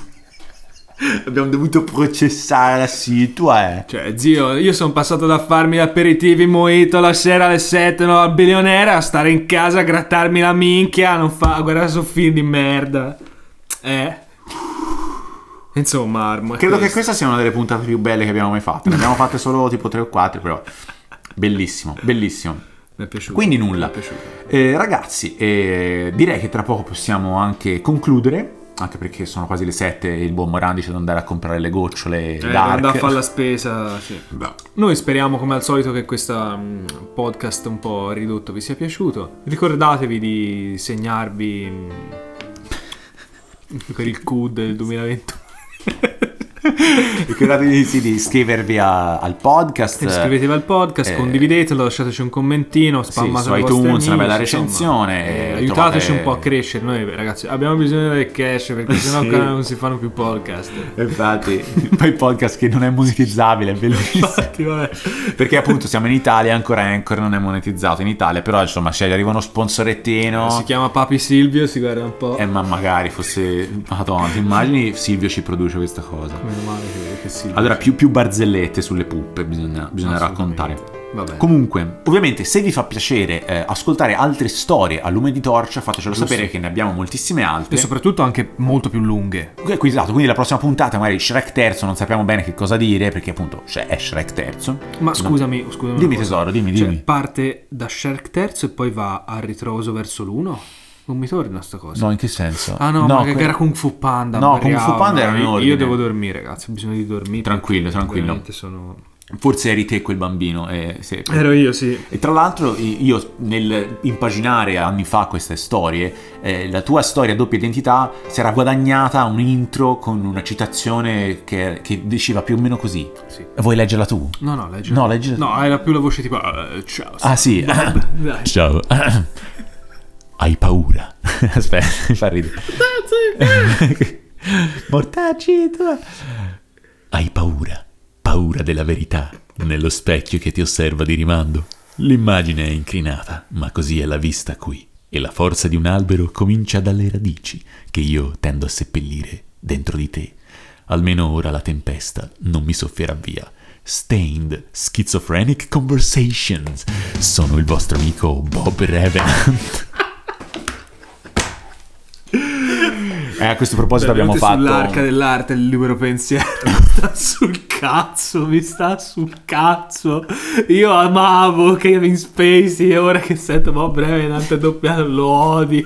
abbiamo dovuto processare la situa, eh. Cioè, zio, io sono passato da farmi gli aperitivi mojito la sera alle sette, no, al bilionera, a stare in casa a grattarmi la minchia, a non fa, a guardare su film di merda. Eh. Insomma, Armo, è Credo che questo. questa sia una delle puntate più belle che abbiamo mai fatto. Ne abbiamo fatte solo tipo tre o quattro, però bellissimo, bellissimo. Mi è piaciuto. Quindi Mi nulla. è piaciuto. Eh, ragazzi, eh, direi che tra poco possiamo anche concludere, anche perché sono quasi le sette e il buon Morandi c'è da andare a comprare le gocciole Eh, dark. andare a fare la spesa, sì. Noi speriamo come al solito che questo podcast un po' ridotto vi sia piaciuto. Ricordatevi di segnarvi mm, per il C U D del duemilaventuno. Ricordatevi sì, di iscrivervi a, al podcast. Iscrivetevi al podcast, eh, condividetelo, lasciateci un commentino, spammatelo sì, su iTunes, una bella recensione. Insomma, eh, eh, aiutateci trovate... un po' a crescere. Noi ragazzi abbiamo bisogno del cash, perché sennò Sì. qua non si fanno più podcast. Infatti, poi il podcast che non è monetizzabile, è bellissimo. Infatti, vabbè. Perché appunto siamo in Italia, ancora Anchor non è monetizzato in Italia, però insomma se arriva uno sponsorettino... Si chiama Papi Silvio, si guarda un po'. Eh, ma magari fosse... Madonna, ti immagini Silvio ci produce questa cosa. Meno male che, che Silvio. Allora, più, più barzellette sulle puppe bisogna, bisogna Assolutamente. raccontare. Vabbè. Comunque, ovviamente, se vi fa piacere eh, ascoltare altre storie a lume di torcia, fatecelo Giusto. sapere che ne abbiamo moltissime altre. E soprattutto anche molto più lunghe. Eh, qui- Esatto, quindi la prossima puntata, magari Shrek terzo, non sappiamo bene che cosa dire, perché appunto cioè, è Shrek terzo. Ma No. scusami, scusami una Dimmi cosa. tesoro, dimmi, Cioè, dimmi. parte da Shrek terzo e poi va a ritroso verso l'uno? Non mi torna sta cosa. No, in che senso? Ah no, ma che que- era Kung Fu Panda. No, bravo, Kung Fu Panda no, era in io- ordine. Io devo dormire, ragazzi, ho bisogno di dormire. Tranquillo, tranquillo. Veramente sono... Forse eri te quel bambino. eh, sì. Ero io, sì. E tra l'altro io nel impaginare anni fa queste storie, eh, la tua storia a doppia identità si era guadagnata un intro con una citazione che, che diceva più o meno così. Sì. Vuoi leggerla tu? No, no, leggi. No, leggila tu. No, era più la voce tipo eh, ciao. Ah sì. Dai. Ciao. Hai paura? Aspetta, mi fa ridere. Mortacci tu. Hai paura? Paura della verità nello specchio che ti osserva di rimando? L'immagine è incrinata, ma così è la vista qui, e la forza di un albero comincia dalle radici, che io tendo a seppellire dentro di te. Almeno ora la tempesta non mi soffierà via. Stained Schizophrenic Conversations. Sono il vostro amico Bob Revenant. Eh, a questo proposito abbiamo fatto Sull'arca dell'arte, il libero pensiero. Mi sta sul cazzo, mi sta sul cazzo. Io amavo Kevin Spacey e ora che sento Bob Revenant doppiato lo odio.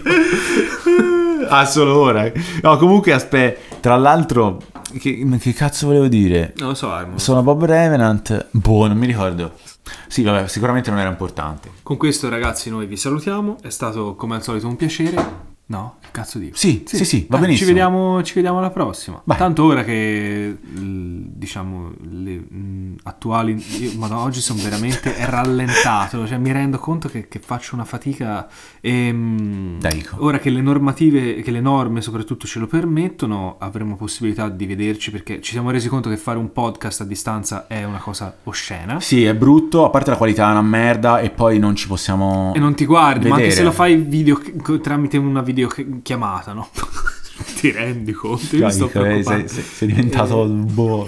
Ah, solo ora. No, comunque aspetta, tra l'altro che, che cazzo volevo dire? Non lo so, Armo. Sono Bob Revenant. Boh, non mi ricordo. Sì, vabbè, sicuramente non era importante. Con questo, ragazzi, noi vi salutiamo. È stato come al solito un piacere. No? Che cazzo dico? Sì, sì, sì, va Eh, benissimo. Ci vediamo, ci vediamo alla prossima. Vai. Tanto ora che l- diciamo le mh, attuali. Io, ma oggi sono veramente rallentato. Cioè, mi rendo conto che, che faccio una fatica. E, mh, Dai, Ico. ora che le normative, che le norme soprattutto ce lo permettono, avremo possibilità di vederci, perché ci siamo resi conto che fare un podcast a distanza è una cosa oscena. Sì, è brutto, a parte la qualità è una merda e poi non ci possiamo E non ti guardi, ma anche vedere. se lo fai video tramite una videochiamata, no? Ti rendi conto? Io mi sto Dai, Ico, sei, preoccupando. sei- sei diventato boh.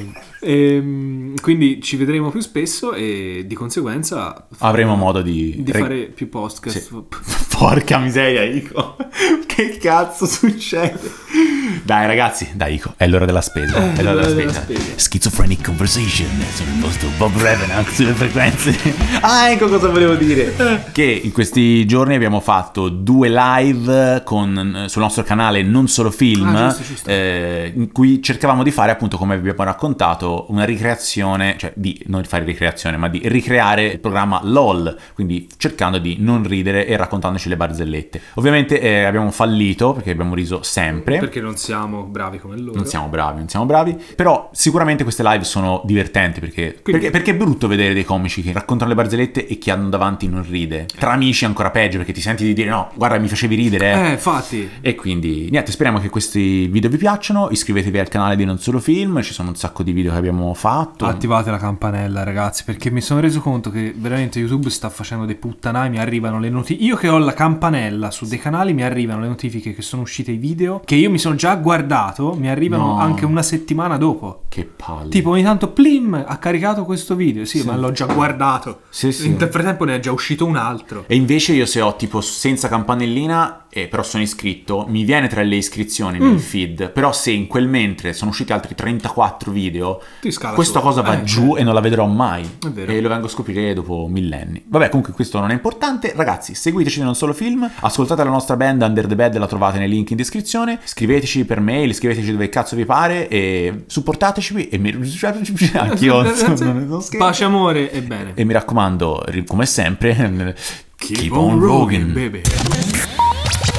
Ehm, quindi ci vedremo più spesso e di conseguenza Avremo modo di di re- fare più podcast. Sì. Porca miseria, Ico. Che cazzo succede? Dai ragazzi, dai Ico, è l'ora della spesa. Eh, è l'ora della della spesa. spesa. Schizophrenic Conversation sul vostro Bob Revenant sulle frequenze. Ah, ecco cosa volevo dire. Che in questi giorni abbiamo fatto due live con, sul nostro canale Non Solo Film, Ah, giusto, giusto. eh, in cui cercavamo di fare, appunto, come vi abbiamo raccontato, una ricreazione, cioè di non di fare ricreazione, ma di ricreare il programma LOL, quindi cercando di non ridere e raccontandoci le barzellette. Ovviamente eh, abbiamo fallito perché abbiamo riso sempre. Perché non siamo bravi come loro. Non siamo bravi, non siamo bravi. Però sicuramente queste live sono divertenti perché, Quindi- perché, perché è brutto vedere dei comici che raccontano le barzellette e chi hanno davanti non ride. Tra amici è ancora peggio perché ti senti di dire no, guarda mi facevi ridere. Eh, infatti. E quindi niente, speriamo che questi video vi piacciono. Iscrivetevi al canale di Non Solo Film, ci sono un sacco di video che abbiamo fatto. Attivate la campanella, ragazzi, perché mi sono reso conto che veramente YouTube sta facendo dei puttanai, mi arrivano le notifiche. Io che ho la campanella su dei canali mi arrivano le notifiche che sono uscite i video che io mi sono già guardato, mi arrivano No. anche una settimana dopo. Che palle. Tipo ogni tanto plim ha caricato questo video. Sì, ma l'ho già guardato. Sì, sì. Nel frattempo ne è già uscito un altro. E invece io se ho tipo senza campanellina, eh, però sono iscritto, mi viene tra le iscrizioni Mm. nel feed, però se in quel mentre sono usciti altri trentaquattro video, Ti scala questa su. cosa va Eh, giù certo. e non la vedrò mai. È vero. E lo vengo a scoprire dopo millenni. Vabbè, comunque questo non è importante. Ragazzi, seguiteci Non Solo Film, ascoltate la nostra band Under the Bed, la trovate nei link in descrizione, scriveteci per mail, scriveteci dove cazzo vi pare e supportateci e mi... Anch'io non, non scherzo. Pace, amore e bene. E mi raccomando, ri- come sempre, Keep on rocking, baby.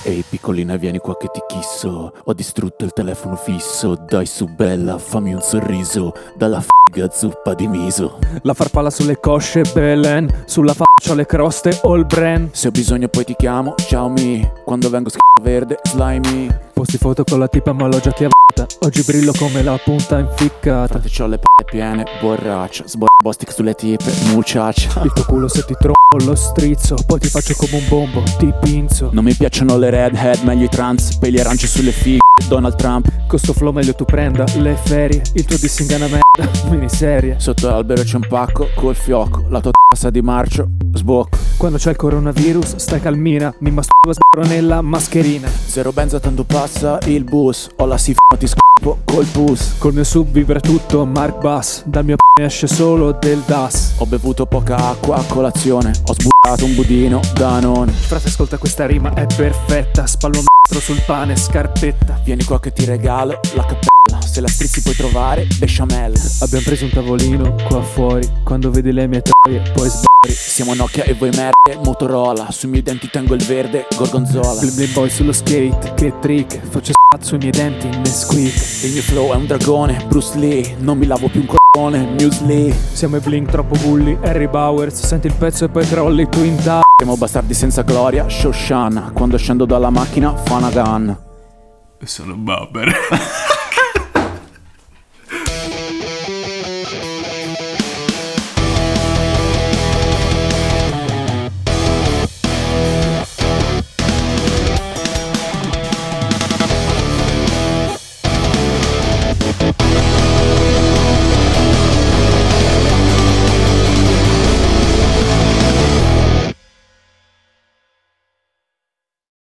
Ehi piccolina vieni qua che ti chisso, ho distrutto il telefono fisso, dai su bella fammi un sorriso, dalla figa zuppa di miso. La farfalla sulle cosce Belen, sulla faccia le croste all brand. Se ho bisogno poi ti chiamo, ciao mi, quando vengo schifo verde slimy. Posti foto con la tipa ma l'ho già chiavata, oggi brillo come la punta inficcata. Frate c'ho le p***e piene, borraccia, sborstic sulle tipe, muchacha. Il tuo culo se ti trombo lo strizzo, poi ti faccio come un bombo, ti pinzo. Non mi piacciono le redhead, meglio i trans, peli aranci sulle fighe, Donald Trump. Con sto flow meglio tu prenda le ferie, il tuo dissing è una merda, miniserie. Sotto l'albero c'è un pacco, col fiocco, la tua tassa di marcio, sbocco. Quando c'è il coronavirus stai calmina, mi masturbo sbro nella mascherina. Zero benza tanto passa il bus, ho la sif ma ti scopo col pus. Col mio sub vibra tutto Mark Bass, dal mio p*** esce solo del das. Ho bevuto poca acqua a colazione, ho sbucato un budino Danone. Frate ascolta questa rima è perfetta, spallo un m***o sul pane scarpetta. Vieni qua che ti regalo la cappella, se la strizzi puoi trovare bechamel. Abbiamo preso un tavolino qua fuori, quando vedi le mie troie poi sbari. Siamo Nokia e voi merda Motorola, sui miei denti tengo il verde Gorgonzola. Blim blim boy sullo skate, che trick, faccio s*** sui miei denti Nesquik. Il mio flow è un dragone, Bruce Lee, non mi lavo più un c***one, Muesli. Siamo i Blink troppo bulli, Harry Bowers, senti il pezzo e poi crolli Twin Towers. Siamo bastardi senza gloria, Shoshan, quando scendo dalla macchina fa una gun. Sono Babber.